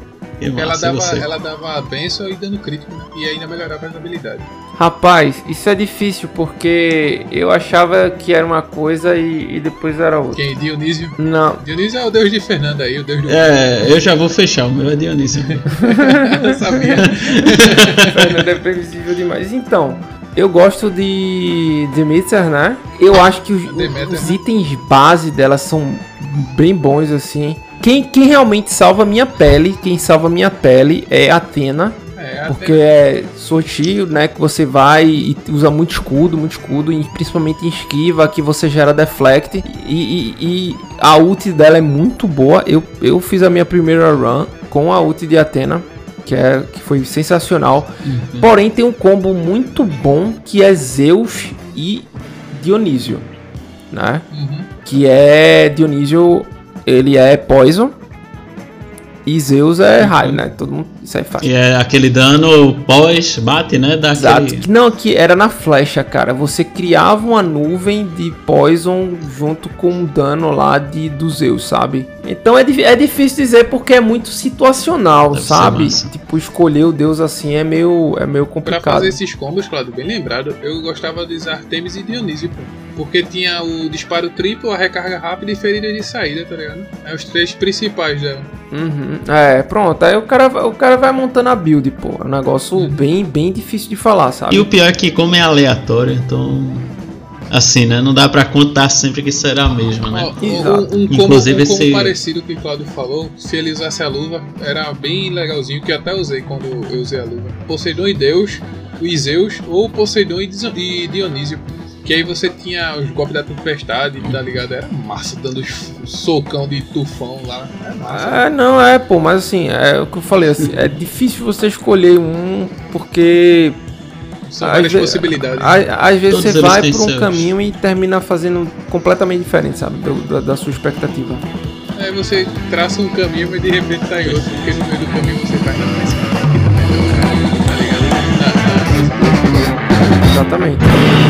Ela dava bênção e dano crítico, né? E ainda melhorava as habilidades. Rapaz, isso é difícil porque eu achava que era uma coisa e depois era outra. Quem? Dionísio? Não. Dionísio é o deus de Fernanda aí, o deus do... eu já vou fechar, o meu é Dionísio. Eu sabia. Fernanda é previsível demais. Então, eu gosto de Demeter, né? Eu acho que os itens base dela são bem bons, assim. Quem realmente salva minha pele, é Athena. Porque é sorteio, né? Que você vai e usa muito escudo, e principalmente em esquiva, que você gera deflect. E a ult dela é muito boa. Eu fiz a minha primeira run com a ult de Athena, que foi sensacional. Uhum. Porém, tem um combo muito bom que é Zeus e Dionísio, né? Uhum. Que é Dionísio, ele é poison. E Zeus é raio, né? Todo mundo, isso aí faz. E é aquele dano pós-bate, né? Exato. Não, que era na flecha, cara. Você criava uma nuvem de poison junto com um dano lá do Zeus, sabe? Então é difícil dizer porque é muito situacional, deve sabe? Tipo, escolher o deus assim é meio complicado. Pra fazer esses combos, Claudio, bem lembrado, eu gostava de usar Artemis e Dionísio, pô. Porque tinha o disparo triplo, a recarga rápida e ferida de saída, tá ligado? É os 3 principais dela. Uhum. Pronto. Aí o cara vai montando a build, pô. É um negócio bem difícil de falar, sabe? E o pior é que como é aleatório, então... Assim, né? Não dá pra contar sempre que será mesmo, né? Inclusive como parecido que o Claudio falou, se ele usasse a luva, era bem legalzinho, que eu até usei quando eu usei a luva. Poseidon e Deus, o Zeus, ou Poseidon e Dionísio. Que aí você tinha os golpes da tempestade, tá ligado? Era massa, dando socão de tufão lá. É massa. Pô, mas assim, é o que eu falei, assim, é difícil você escolher um, porque... São várias possibilidades. Às vezes você vai por um caminho e termina fazendo completamente diferente, sabe? Da sua expectativa. Aí você traça um caminho, mas de repente tá em outro, porque no meio do caminho você vai na mais tá ligado? Exatamente.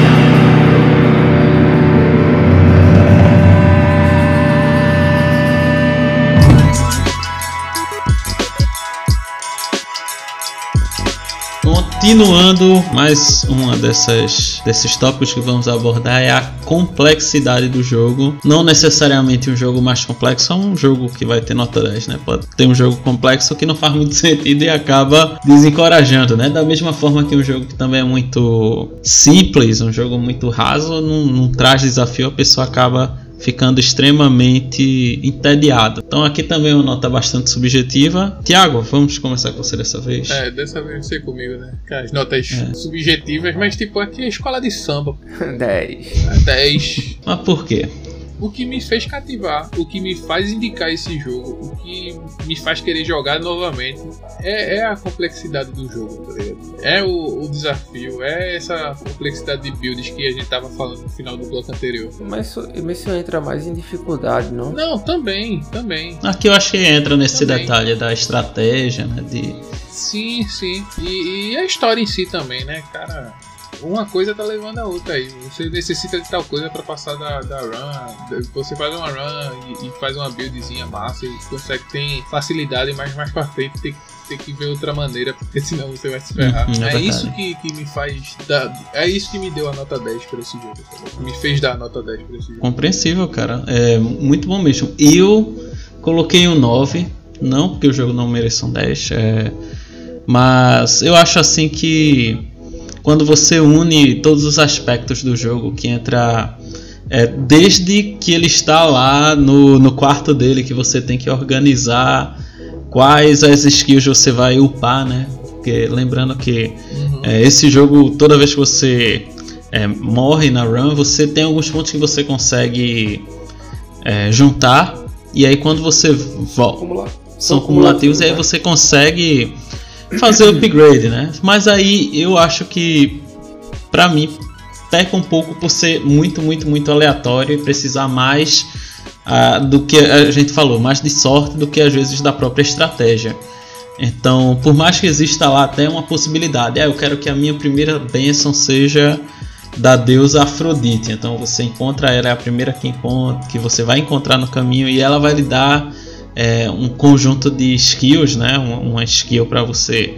Continuando, mais uma desses tópicos que vamos abordar é a complexidade do jogo. Não necessariamente um jogo mais complexo, é um jogo que vai ter nota 10, né? Pode ter um jogo complexo que não faz muito sentido e acaba desencorajando, né? Da mesma forma que um jogo que também é muito simples, um jogo muito raso, não traz desafio, a pessoa acaba ficando extremamente entediado. Então aqui também é uma nota bastante subjetiva. Tiago, vamos começar com você dessa vez? Dessa vez você comigo, né? As notas subjetivas, mas tipo, aqui é escola de samba. 10. 10. Mas por quê? O que me fez cativar, o que me faz indicar esse jogo, o que me faz querer jogar novamente é a complexidade do jogo, tá ligado? É o desafio, é essa complexidade de builds que a gente tava falando no final do bloco anterior. Mas isso entra mais em dificuldade, não? Não, também. Aqui eu acho que entra nesse detalhe da estratégia, né? Sim. E a história em si também, né, cara? Uma coisa tá levando a outra aí. Você necessita de tal coisa pra passar da run. Você faz uma run e faz uma buildzinha massa e consegue ter facilidade, mas mais pra frente tem que ver outra maneira, porque senão você vai se ferrar. É isso que me faz é isso que me deu a nota 10 pra esse jogo, sabe? Me fez dar a nota 10 pra esse jogo. Compreensível, cara. É muito bom mesmo. Eu coloquei um 9, não porque o jogo não merece um 10, mas eu acho assim que quando você une todos os aspectos do jogo, que entra desde que ele está lá no quarto dele, que você tem que organizar quais as skills você vai upar, né? Porque lembrando que esse jogo, toda vez que você morre na run, você tem alguns pontos que você consegue juntar, e aí quando você são cumulativos, e aí você consegue fazer o upgrade, né? Mas aí eu acho que, pra mim, peca um pouco por ser muito, muito, muito aleatório e precisar mais do que a gente falou, mais de sorte do que às vezes da própria estratégia. Então, por mais que exista lá até uma possibilidade, eu quero que a minha primeira bênção seja da deusa Afrodite. Então você encontra ela, é a primeira que você vai encontrar no caminho, e ela vai lhe dar um conjunto de skills, né? Uma skill para você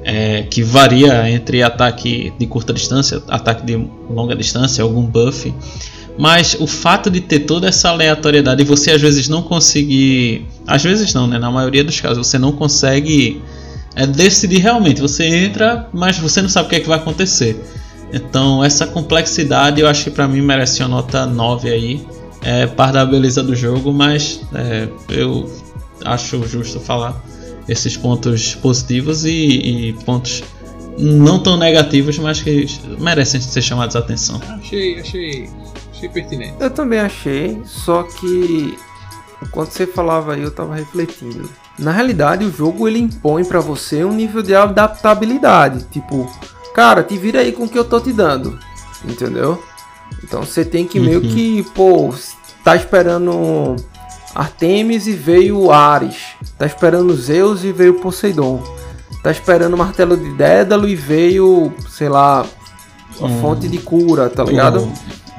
que varia entre ataque de curta distância, ataque de longa distância, algum buff. Mas o fato de ter toda essa aleatoriedade e você às vezes não conseguir, às vezes não, né? Na maioria dos casos você não consegue decidir realmente. Você entra, mas você não sabe o que é que vai acontecer. Então essa complexidade eu acho que pra mim merece uma nota 9 aí. Parte da beleza do jogo, mas eu acho justo falar esses pontos positivos e pontos não tão negativos, mas que merecem ser chamados a atenção. Achei pertinente. Eu também achei, só que enquanto você falava aí eu tava refletindo. Na realidade o jogo ele impõe pra você um nível de adaptabilidade, tipo, cara, te vira aí com o que eu tô te dando, entendeu? Então você tem que meio que, tá esperando Artemis e veio Ares, tá esperando Zeus e veio Poseidon, tá esperando o martelo de Dédalo e veio, sei lá, a fonte de cura, tá ligado?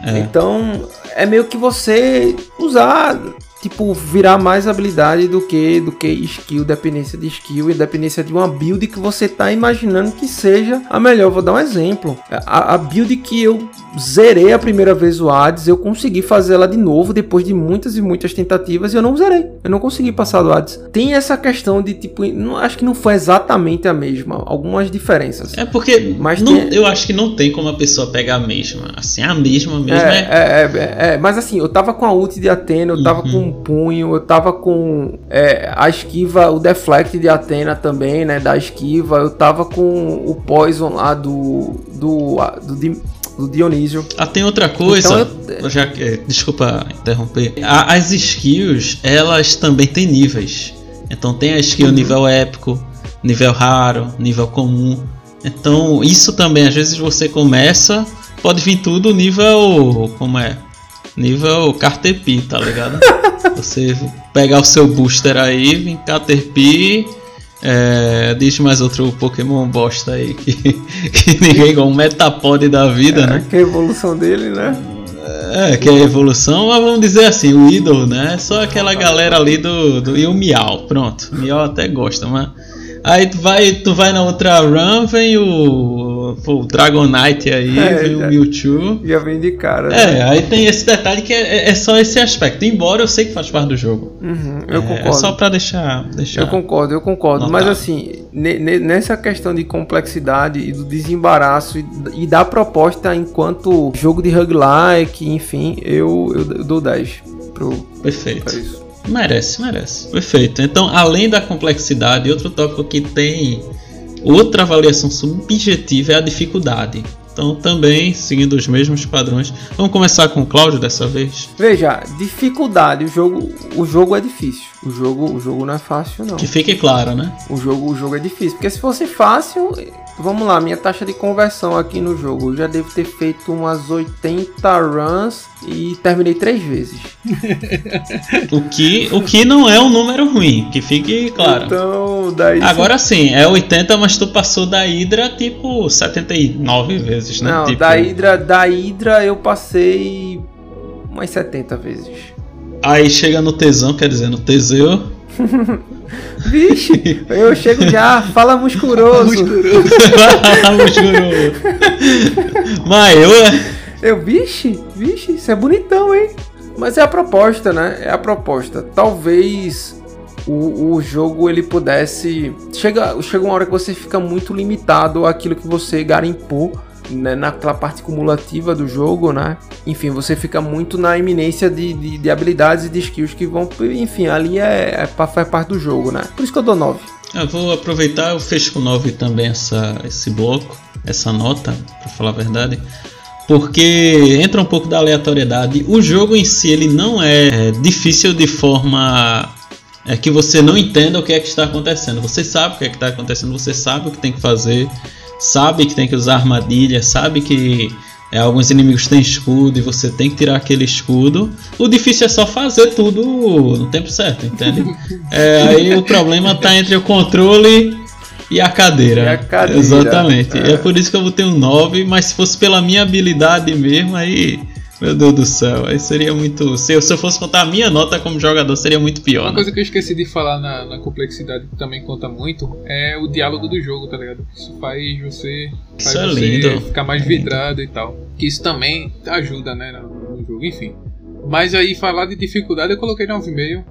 Então é meio que você usar, tipo, virar mais habilidade do que skill, dependência de skill e dependência de uma build que você tá imaginando que seja a melhor. Eu vou dar um exemplo. A build que eu zerei a primeira vez o Hades, eu consegui fazer ela de novo depois de muitas e muitas tentativas e eu não zerei. Eu não consegui passar do Hades. Tem essa questão de, tipo, acho que não foi exatamente a mesma. Algumas diferenças. Porque eu acho que não tem como a pessoa pegar a mesma. Assim, a mesma mesmo mas assim, eu tava com a ult de Athena, eu tava com punho, eu tava com a esquiva, o deflect de Athena também, né, da esquiva, eu tava com o poison lá do Dionísio. Tem outra coisa, então desculpa interromper, as skills, elas também têm níveis, então tem a skill nível épico, nível raro, nível comum, então isso também, às vezes você começa, pode vir tudo nível, nível Caterpie, tá ligado? Você pegar o seu booster aí, vem Caterpie, diz mais outro Pokémon bosta aí que ninguém igual um Metapod da vida, né? Que é a evolução dele, né? Que é a evolução, mas vamos dizer assim, o ídolo, né? Só aquela galera ali do e o Miau, pronto. O Miau até gosta, mas aí tu vai na outra run, vem o Dragonite aí, vem o Mewtwo. Já vem de cara. Né? Aí tem esse detalhe que é só esse aspecto. Embora eu sei que faz parte do jogo. Eu concordo. É só pra deixar. Eu concordo. Notado. Mas assim, nessa questão de complexidade e do desembaraço e da proposta enquanto jogo de roguelike, enfim, eu dou 10 Perfeito. pra isso. Merece. Perfeito. Então, além da complexidade, outro tópico que tem outra avaliação subjetiva é a dificuldade. Então, também, seguindo os mesmos padrões. Vamos começar com o Cláudio dessa vez? Veja, dificuldade. O jogo é difícil. O jogo não é fácil, não. Que fique claro, né? O jogo é difícil. Porque se fosse fácil... Vamos lá, minha taxa de conversão aqui no jogo. Eu já devo ter feito umas 80 runs e terminei 3 vezes. O que não é um número ruim, que fique claro. Então, daí... Agora sim, é 80, mas tu passou da Hydra tipo 79 vezes, né? Não, tipo... da Hydra eu passei umas 70 vezes. Aí chega no Tesão, quer dizer, no Teseu... Vixe, eu chego já, fala muscuroso. Fala muscuroso. Mas vixe, isso é bonitão, hein? Mas é a proposta, né? É a proposta. Talvez o jogo ele pudesse... Chega uma hora que você fica muito limitado àquilo que você garimpou né, naquela parte cumulativa do jogo, né? Enfim, você fica muito na iminência de habilidades e de skills que vão... Enfim, ali faz parte do jogo, né? Por isso que eu dou 9. Eu vou aproveitar, eu fecho com 9 também esse bloco, essa nota, pra falar a verdade. Porque entra um pouco da aleatoriedade. O jogo em si, ele não é difícil de forma que você não entenda o que é que está acontecendo. Você sabe o que é que está acontecendo, você sabe o que tem que fazer, sabe que tem que usar armadilha, sabe que alguns inimigos têm escudo e você tem que tirar aquele escudo. O difícil é só fazer tudo no tempo certo, entende? Aí o problema está entre o controle e a cadeira. Exatamente. É por isso que eu botei um 9, mas se fosse pela minha habilidade mesmo, aí, meu Deus do céu, aí seria muito... Se eu fosse contar a minha nota como jogador, seria muito pior. Uma coisa que eu esqueci de falar na complexidade, que também conta muito, é o diálogo do jogo, tá ligado? Isso faz você lindo. Ficar mais vidrado e tal. Que isso também ajuda, né, no jogo, enfim. Mas aí, falar de dificuldade, eu coloquei 9,5.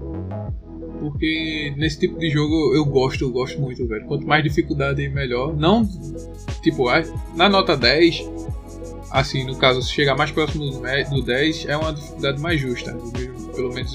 Porque nesse tipo de jogo eu gosto muito, velho. Quanto mais dificuldade, melhor. Não, tipo, na nota 10, assim, no caso, se chegar mais próximo do 10, é uma dificuldade mais justa. Pelo menos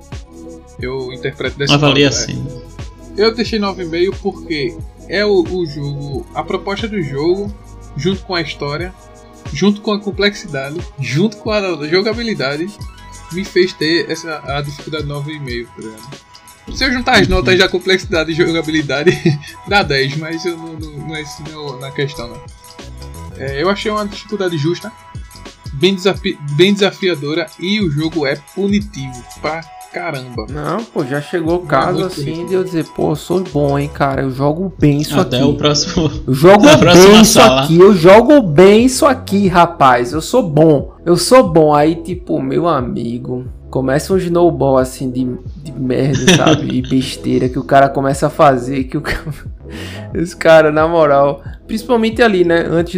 eu interpreto dessa forma. Avalia assim. Eu deixei 9,5 porque é o jogo, a proposta do jogo, junto com a história, junto com a complexidade, junto com a jogabilidade, me fez ter a dificuldade 9,5, tá ligado? Se eu juntar as notas da complexidade e jogabilidade, dá 10, mas não é isso na questão, não. Eu achei uma dificuldade justa, bem desafiadora, e o jogo é punitivo pra caramba. Não, pô, já chegou o caso assim punitivo. De eu dizer, pô, eu sou bom, hein, cara, eu jogo bem isso aqui. Até o próximo. Eu jogo bem isso aqui, eu jogo bem isso aqui, rapaz, eu sou bom. Aí, tipo, meu amigo... Começa um snowball assim de merda, sabe? E besteira que o cara começa a fazer. Que esse cara, na moral, principalmente ali, né? Antes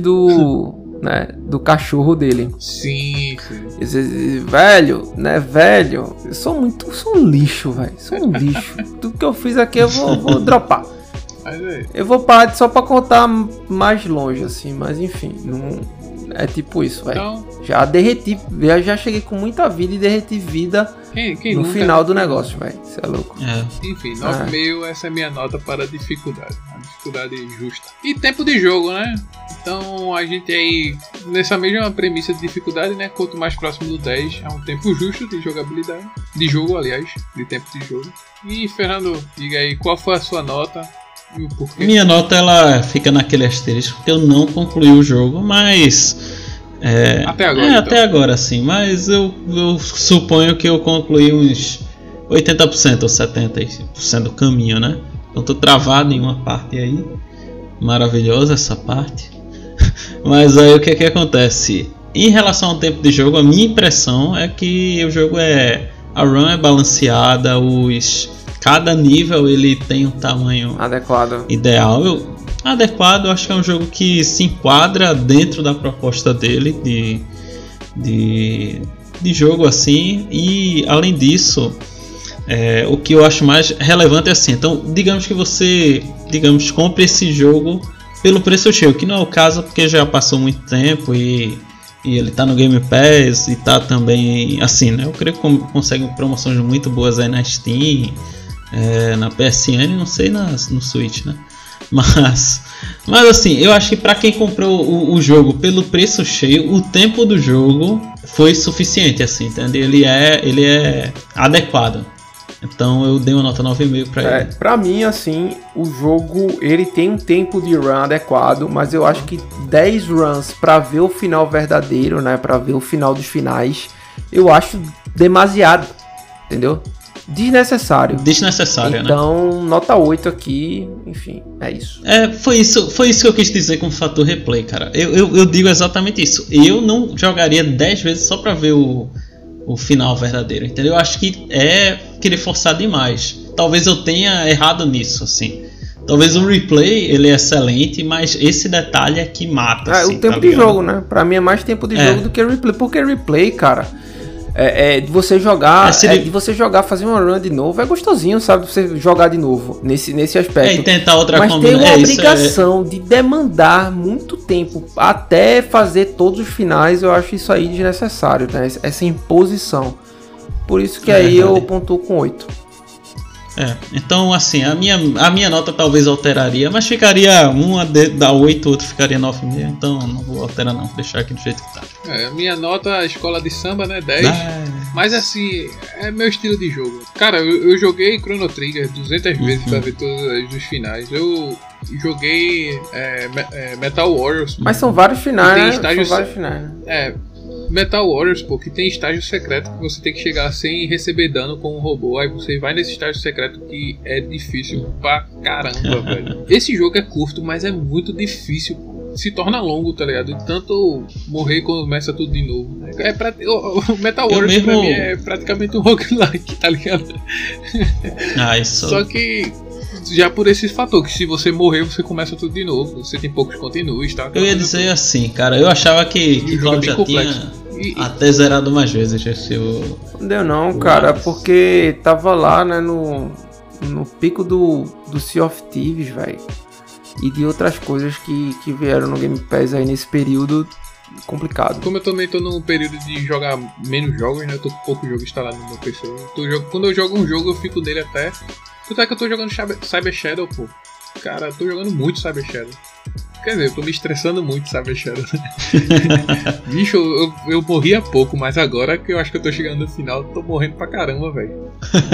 do cachorro dele. Sim. Velho, eu sou um lixo, velho. Sou um lixo. Tudo que eu fiz aqui eu vou dropar. Eu vou parar só pra contar mais longe, assim, mas enfim, não. É tipo isso, velho. Então, já derreti, já cheguei com muita vida e derreti vida no final do negócio, velho. Você é louco. Enfim, 9,5, essa é a minha nota para a dificuldade. A dificuldade justa. E tempo de jogo, né? Então a gente aí, nessa mesma premissa de dificuldade, né? Quanto mais próximo do 10, é um tempo justo de jogabilidade. De jogo, aliás, de tempo de jogo. E Fernando, diga aí, qual foi a sua nota? Minha nota, ela fica naquele asterisco porque eu não concluí o jogo, mas até agora, então. Até agora sim, mas eu suponho que eu concluí uns 80% ou 70% do caminho, né? Então tô travado em uma parte aí, maravilhosa essa parte. Mas aí o que acontece? Em relação ao tempo de jogo, a minha impressão é que o jogo a run é balanceada, cada nível ele tem um tamanho ideal. Eu acho que é um jogo que se enquadra dentro da proposta dele de jogo assim. E além disso, o que eu acho mais relevante é assim. Então, digamos que você compre esse jogo pelo preço cheio, que não é o caso porque já passou muito tempo e ele tá no Game Pass e tá também assim, né? Eu creio que consegue promoções muito boas aí na Steam. Na PSN, não sei no Switch, né? Mas assim, eu acho que para quem comprou o jogo pelo preço cheio, o tempo do jogo foi suficiente, assim, entende? Ele é adequado. Então eu dei uma nota 9,5 para ele. Pra mim, assim, o jogo ele tem um tempo de run adequado, mas eu acho que 10 runs para ver o final verdadeiro, né? Para ver o final dos finais, eu acho demasiado, entendeu? Desnecessário, então, né? Nota 8 aqui, enfim, é isso. Foi isso que eu quis dizer com o fator replay, cara. Eu digo exatamente isso. Eu não jogaria 10 vezes só pra ver o final verdadeiro, entendeu? Eu acho que é querer forçar demais. Talvez eu tenha errado nisso, assim. Talvez o replay, ele é excelente, mas esse detalhe é que mata, assim, o tempo de jogo, né? Pra mim é mais tempo de jogo do que replay. Porque replay, cara... De você jogar, de você jogar, fazer uma run de novo, é gostosinho, sabe? Você jogar de novo, nesse aspecto. E tentar outra Mas tem uma obrigação de demandar muito tempo até fazer todos os finais, eu acho isso aí desnecessário, né? Essa imposição. Por isso que aí eu pontuo com 8. Então assim, a minha nota talvez alteraria, mas ficaria uma da 8, outra ficaria 9,5, então não vou alterar não, vou deixar aqui do jeito que tá. A minha nota, a escola de samba, né, 10, mas assim, é meu estilo de jogo. Cara, eu joguei Chrono Trigger 200 vezes pra ver todos os finais, eu joguei Metal Warriors. Mas são vários finais, Metal Warriors, pô, que tem estágio secreto que você tem que chegar sem receber dano com um robô. Aí você vai nesse estágio secreto que é difícil pra caramba, velho. Esse jogo é curto, mas é muito difícil, pô. Se torna longo, tá ligado? E tanto morrer quando começa tudo de novo. O Metal Warriors pra mim é praticamente um roguelike, tá ligado? Isso. Só que já por esse fator, que se você morrer, você começa tudo de novo. Você tem poucos continues, tá? Eu ia dizer assim, cara, eu achava que Cláudio já tinha até zerado umas vezes esse Não deu não, cara, porque tava lá, né, no pico do Sea of Thieves, velho. E de outras coisas que vieram no Game Pass aí nesse período complicado. Como eu também tô num período de jogar menos jogos, né? Eu tô com pouco jogo instalado no meu PC. Quando eu jogo um jogo, eu fico nele até... Tanto é que eu tô jogando Cyber Shadow, pô. Cara, eu tô jogando muito Cyber Shadow. Quer dizer, eu tô me estressando muito Cyber Shadow. Bicho, eu morri há pouco, mas agora que eu acho que eu tô chegando no final, eu tô morrendo pra caramba, velho.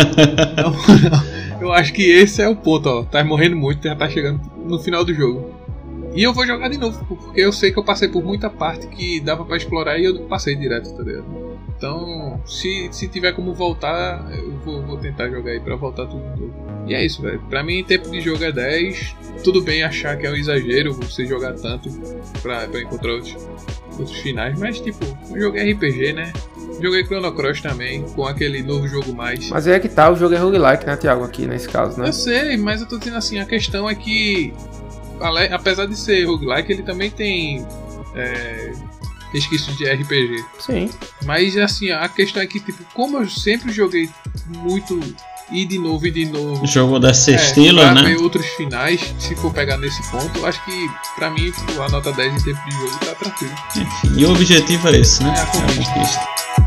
Não, eu acho que esse é o ponto, ó. Tá morrendo muito, já tá chegando no final do jogo. E eu vou jogar de novo, porque eu sei que eu passei por muita parte que dava pra explorar e eu passei direto, tá ligado? Então, se tiver como voltar, eu vou tentar jogar aí pra voltar tudo de novo. E é isso, velho. Pra mim, tempo de jogo é 10. Tudo bem achar que é um exagero você jogar tanto pra encontrar outros finais, mas tipo, eu joguei RPG, né? Joguei Chrono Cross também, com aquele novo jogo mais. Mas é que tá, o jogo é roguelike, né, Thiago, aqui nesse caso, né? Eu sei, mas eu tô dizendo assim, a questão é que, apesar de ser roguelike, ele também tem resquícios de RPG. Sim. Mas assim, a questão é que, tipo, como eu sempre joguei muito e de novo, jogo desse estilo, pra né? ver outros finais, se for pegar nesse ponto, eu acho que pra mim a nota 10 em tempo de jogo tá tranquilo. Enfim, e o objetivo é esse, né? É a conquista.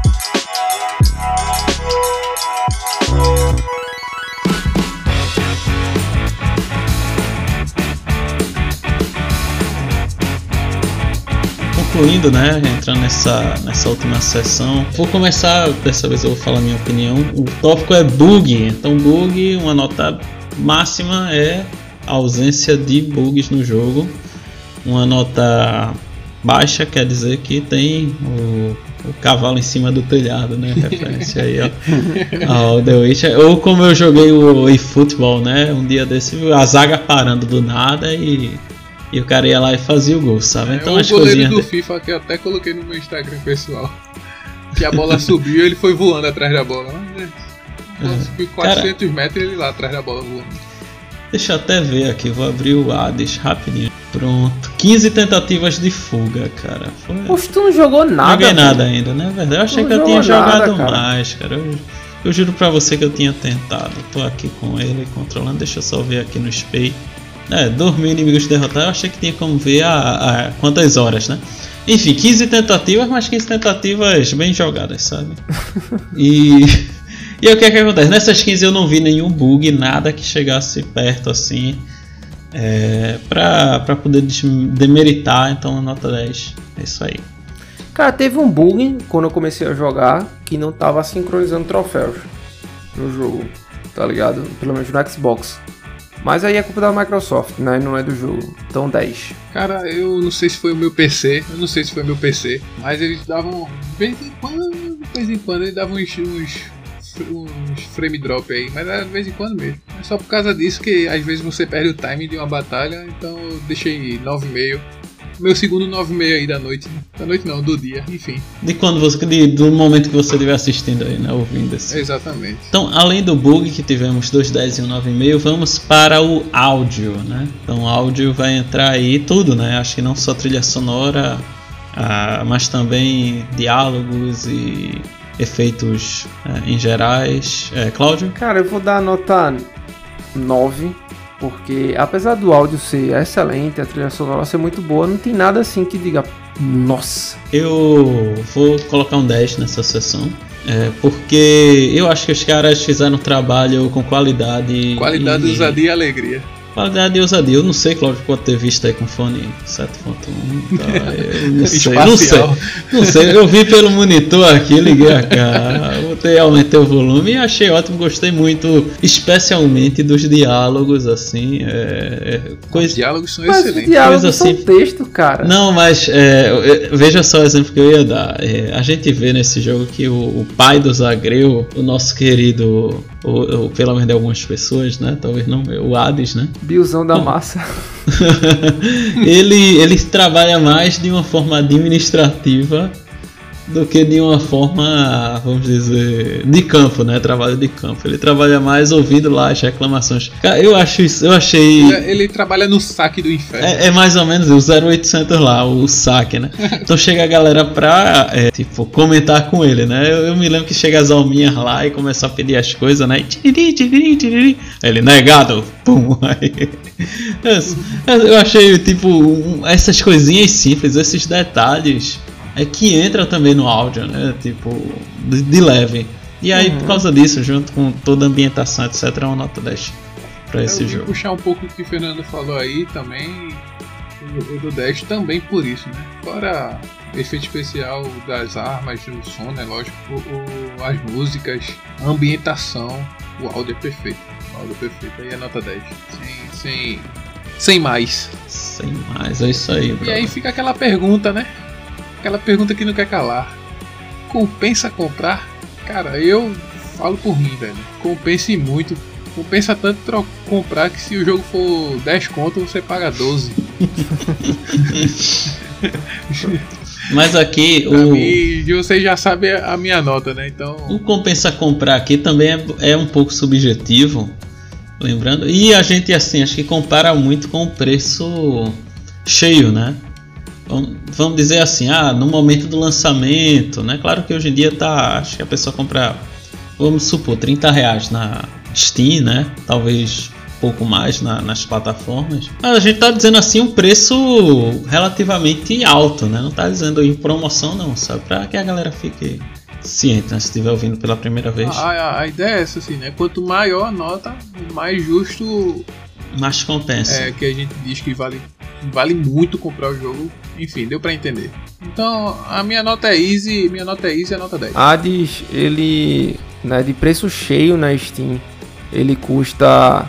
Concluindo, né, entrando nessa última sessão, vou começar, dessa vez eu vou falar a minha opinião. O tópico é bug, então bug, uma nota máxima é a ausência de bugs no jogo. Uma nota baixa quer dizer que tem o cavalo em cima do telhado, né, referência aí ao The Witcher. Ou como eu joguei o eFootball, né, um dia desse, a zaga parando do nada e o cara ia lá e fazia o gol, sabe? Então as coisinhas do FIFA que eu até coloquei no meu Instagram pessoal, que a bola subiu e ele foi voando atrás da bola, né? Subiu 400 metros e ele lá atrás da bola voando. Deixa eu até ver aqui, vou abrir o Hades rapidinho. Pronto, 15 tentativas de fuga, cara. Poxa, tu não jogou nada? Não joguei nada ainda, né? Verdade, eu achei que eu tinha jogado mais, cara. Eu juro pra você que eu tinha tentado. Tô aqui com ele controlando, deixa eu só ver aqui no Spay. 2.000 inimigos derrotados, eu achei que tinha como ver a quantas horas, né? Enfim, 15 tentativas, mas 15 tentativas bem jogadas, sabe? E o que é que acontece? Nessas 15 eu não vi nenhum bug, nada que chegasse perto assim, pra poder demeritar, então nota 10, é isso aí. Cara, teve um bug quando eu comecei a jogar que não tava sincronizando troféus no jogo, tá ligado? Pelo menos no Xbox. Mas aí é culpa da Microsoft, né? Não é do jogo. Então 10. Cara, eu não sei se foi o meu PC. Mas eles davam. De vez em quando eles davam uns frame drop aí. Mas era de vez em quando mesmo. É só por causa disso que às vezes você perde o timing de uma batalha. Então eu deixei 9,5. Meu segundo 9,5 aí da noite. Da noite não, do dia, enfim. Do momento que você estiver assistindo aí, né? Ouvindo assim. Exatamente. Então, além do bug que tivemos 2 10 e um 9,5, vamos para o áudio, né? Então o áudio vai entrar aí tudo, né? Acho que não só trilha sonora, mas também diálogos e efeitos em gerais. Cláudio? Cara, eu vou dar a nota 9, porque apesar do áudio ser excelente, a trilha sonora ser muito boa, não tem nada assim que diga, nossa. Eu vou colocar um 10 nessa sessão. Porque eu acho que os caras fizeram um trabalho com qualidade. Qualidade, ousadia e alegria. Qualidade e ousadia. Eu não sei, Cláudio, pode ter visto aí com fone 7.1. Tá? Não sei. Eu vi pelo monitor aqui, liguei a cara, aumentei o volume e achei ótimo. Gostei muito, especialmente dos diálogos, assim. Os diálogos são excelentes. Os diálogos assim, são texto, cara. Não, mas veja só o exemplo que eu ia dar. A gente vê nesse jogo que o pai do Zagreu, o nosso querido, pelo menos de algumas pessoas, né? Talvez não, o Hades, né? Biozão da massa. ele trabalha mais de uma forma administrativa do que de uma forma, vamos dizer, de campo, né? Trabalho de campo. Ele trabalha mais ouvindo lá as reclamações. Cara, eu achei... Ele trabalha no saque do inferno. É mais ou menos o 0800 lá, o saque, né? Então chega a galera pra, comentar com ele, né? Eu me lembro que chega as alminhas lá e começa a pedir as coisas, né? Aí ele, negado! Pum! Aí... Eu achei, essas coisinhas simples, esses detalhes... que entra também no áudio, né? De leve. E aí, por causa disso, junto com toda a ambientação, etc., é uma nota 10 pra esse jogo. Eu vou puxar um pouco o que o Fernando falou aí também, o do 10 também por isso, né? Fora efeito especial das armas, o som, né? Lógico, as músicas, a ambientação, o áudio é perfeito. Aí é nota 10. Sem mais. Sem mais, é isso aí, bro. E aí fica aquela pergunta, né? Aquela pergunta que não quer calar. Compensa comprar? Cara, eu falo por mim, velho. Compensa e muito. Compensa tanto comprar que se o jogo for 10 conto, você paga 12. Mas aqui você já sabe a minha nota, né? Então... O compensa comprar aqui também é um pouco subjetivo. Lembrando. E a gente, assim, acho que compara muito com o preço cheio, né? Vamos dizer assim, no momento do lançamento, né? Claro que hoje em dia acho que a pessoa compra, vamos supor, R$30 na Steam, né? Talvez um pouco mais nas plataformas. Mas a gente tá dizendo assim um preço relativamente alto, né? Não tá dizendo em promoção não, sabe? Pra que a galera fique ciente, né? Se estiver ouvindo pela primeira vez. A ideia é essa, assim, né? Quanto maior a nota, mais justo... Mais compensa. Que a gente diz que vale muito comprar o jogo. Enfim, deu pra entender. Então, a minha nota é easy. Minha nota é easy, é nota 10. Hades, ele, né, de preço cheio na Steam, ele custa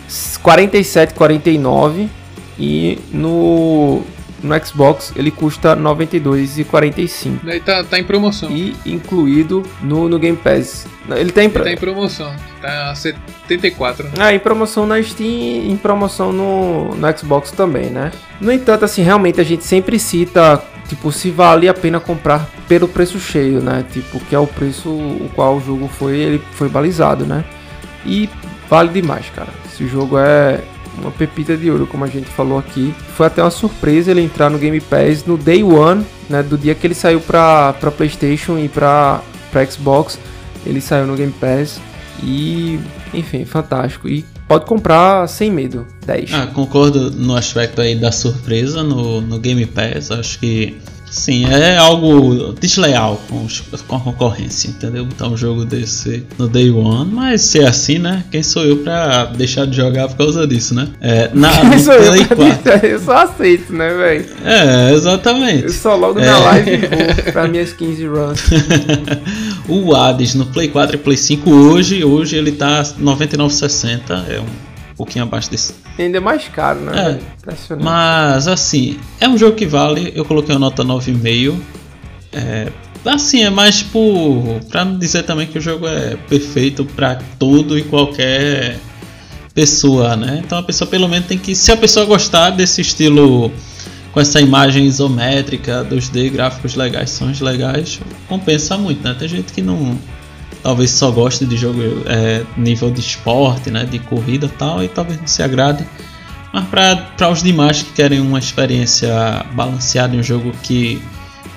R$47,49 e no Xbox ele custa R$92,45. Ele tá em promoção. E incluído no Game Pass. Ele tá em promoção. Tá a 74. Em promoção na Steam, em promoção no Xbox também, né? No entanto, assim, realmente a gente sempre cita, se vale a pena comprar pelo preço cheio, né? Que é o preço o qual o jogo foi balizado, né? E vale demais, cara. Esse jogo é uma pepita de ouro, como a gente falou aqui. Foi até uma surpresa ele entrar no Game Pass no Day One, né? Do dia que ele saiu pra PlayStation e pra Xbox. Ele saiu no Game Pass e, enfim, fantástico. E pode comprar sem medo, 10. Concordo no aspecto aí da surpresa no Game Pass. Acho que, sim, é algo desleal com a concorrência, entendeu? Botar um jogo desse no Day One, mas se é assim, né? Quem sou eu pra deixar de jogar por causa disso, né? Quem sou eu pra eu só aceito, né, velho? Exatamente. Eu só logo na live e vou pra minhas 15 runs. O Hades no Play 4 e Play 5 hoje ele tá R$99,60, é um pouquinho abaixo desse. Ainda é mais caro, né? Impressionante. Mas assim, é um jogo que vale, eu coloquei a nota 9,5. Assim, é mais pra não dizer também que o jogo é perfeito pra todo e qualquer pessoa, né? Então a pessoa pelo menos tem que, se a pessoa gostar desse estilo com essa imagem isométrica, 2D, gráficos legais, sons legais, compensa muito, né? Tem gente que não, talvez só goste de jogo nível de esporte, né? De corrida e tal, e talvez não se agrade. Mas para os demais que querem uma experiência balanceada em um jogo que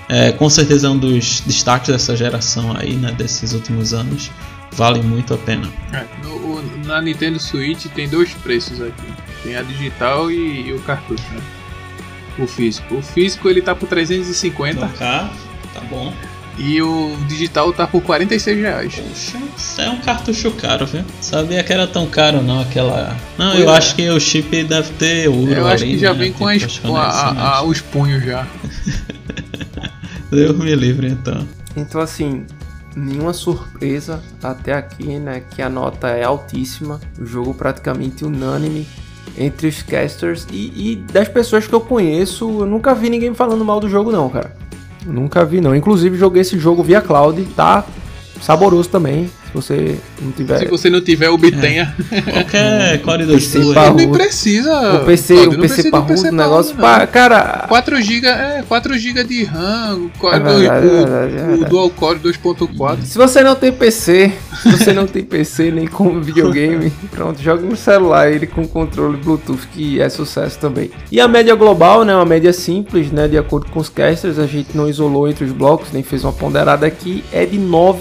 Com certeza é um dos destaques dessa geração aí, né, desses últimos anos. Vale muito a pena. Na Nintendo Switch tem 2 preços aqui. Tem a digital e o cartucho, né? O físico. O físico ele tá por 350. Tá bom. E o digital tá por R$46. Poxa, isso é um cartucho caro, viu? Sabia que era tão caro não, aquela... Não, pois eu acho que o chip deve ter ouro. Eu acho ali, que já né? vem com os punhos já. Deus me livre então. Então assim, nenhuma surpresa até aqui, né? Que a nota é altíssima. O jogo praticamente unânime entre os casters e das pessoas que eu conheço. Eu nunca vi ninguém falando mal do jogo não, cara. Nunca vi não. Inclusive joguei esse jogo via cloud, tá saboroso também. Se você não tiver, obtenha. Qualquer Core do Sul. Nem precisa. O PC parrudo, o negócio. Cara, 4 GB de RAM, o Dual Core 2.4. Se você não tem PC, nem com videogame, pronto, joga no celular ele com controle Bluetooth, que é sucesso também. E a média global, né, uma média simples, né, de acordo com os casters, a gente não isolou entre os blocos, nem fez uma ponderada aqui, é de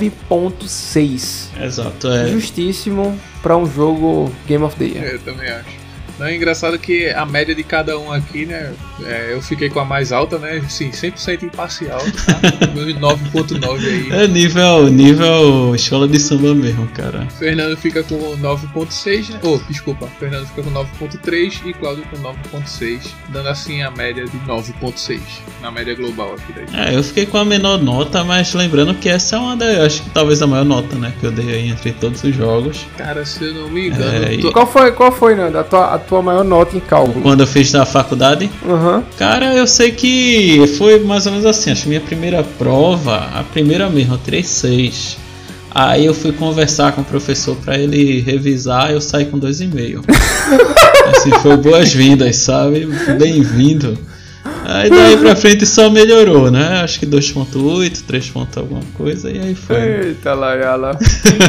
9.6. Exato, justíssimo para um jogo Game of the Year. Eu também acho. Não, é engraçado que a média de cada um aqui, né? Eu fiquei com a mais alta, né? Sim, 100% imparcial, tá? 9.9 aí. É nível escola de samba mesmo, cara. Fernando fica com 9.6, né? Desculpa. Fernando fica com 9.3 e Cláudio com 9.6, dando assim a média de 9.6 na média global aqui daí. Eu fiquei com a menor nota, mas lembrando que essa é uma das, acho que talvez a maior nota, né, que eu dei aí entre todos os jogos. Cara, se eu não me engano... Qual foi, Nando? A tua maior nota em cálculo? Quando eu fiz na faculdade? Uhum. Cara, eu sei que foi mais ou menos assim. Acho que minha primeira prova, a primeira mesmo, eu tirei 6. Aí eu fui conversar com o professor pra ele revisar e eu saí com 2,5. Assim, foi boas-vindas, sabe? Bem-vindo. Aí daí pra frente só melhorou, né? Acho que 2.8, 3 pontos alguma coisa e aí foi. Eita lá.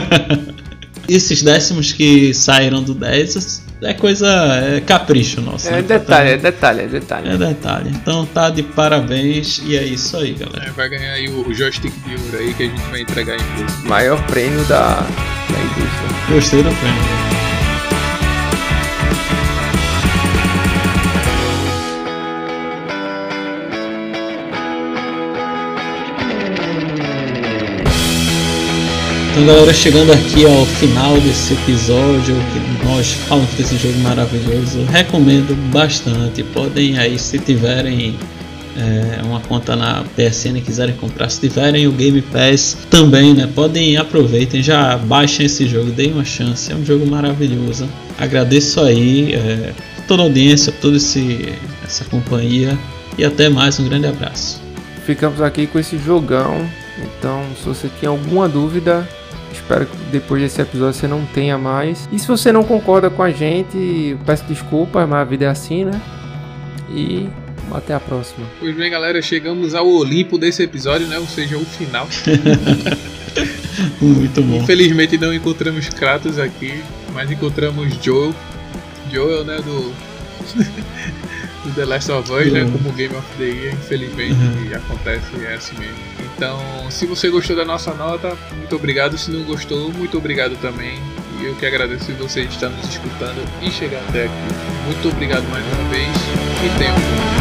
Esses décimos que saíram do 10 é capricho nosso. É detalhe. É detalhe. Então tá de parabéns e é isso aí, galera. Vai ganhar aí o joystick de ouro aí que a gente vai entregar em empresa. Maior prêmio da indústria. Gostei do prêmio. Então, galera, chegando aqui ao final desse episódio que nós falamos desse jogo maravilhoso, recomendo bastante. Podem aí, se tiverem uma conta na PSN e quiserem comprar, se tiverem o Game Pass também, né, aproveitem, já baixem esse jogo, deem uma chance, é um jogo maravilhoso. Agradeço aí toda a audiência, toda essa companhia e até mais, um grande abraço. Ficamos aqui com esse jogão, então se você tem alguma dúvida, espero que depois desse episódio você não tenha mais. E se você não concorda com a gente, peço desculpas, mas a vida é assim, né? E até a próxima. Pois bem, galera, chegamos ao Olimpo desse episódio, né? Ou seja, o final. Muito bom. Infelizmente não encontramos Kratos aqui, mas encontramos Joel, né? Do The Last of Us, né? Como Game of the Year, infelizmente, acontece, é assim mesmo. Então, se você gostou da nossa nota, muito obrigado. Se não gostou, muito obrigado também. E eu que agradeço você estar nos escutando e chegar até aqui. Muito obrigado mais uma vez e tenham um bom dia.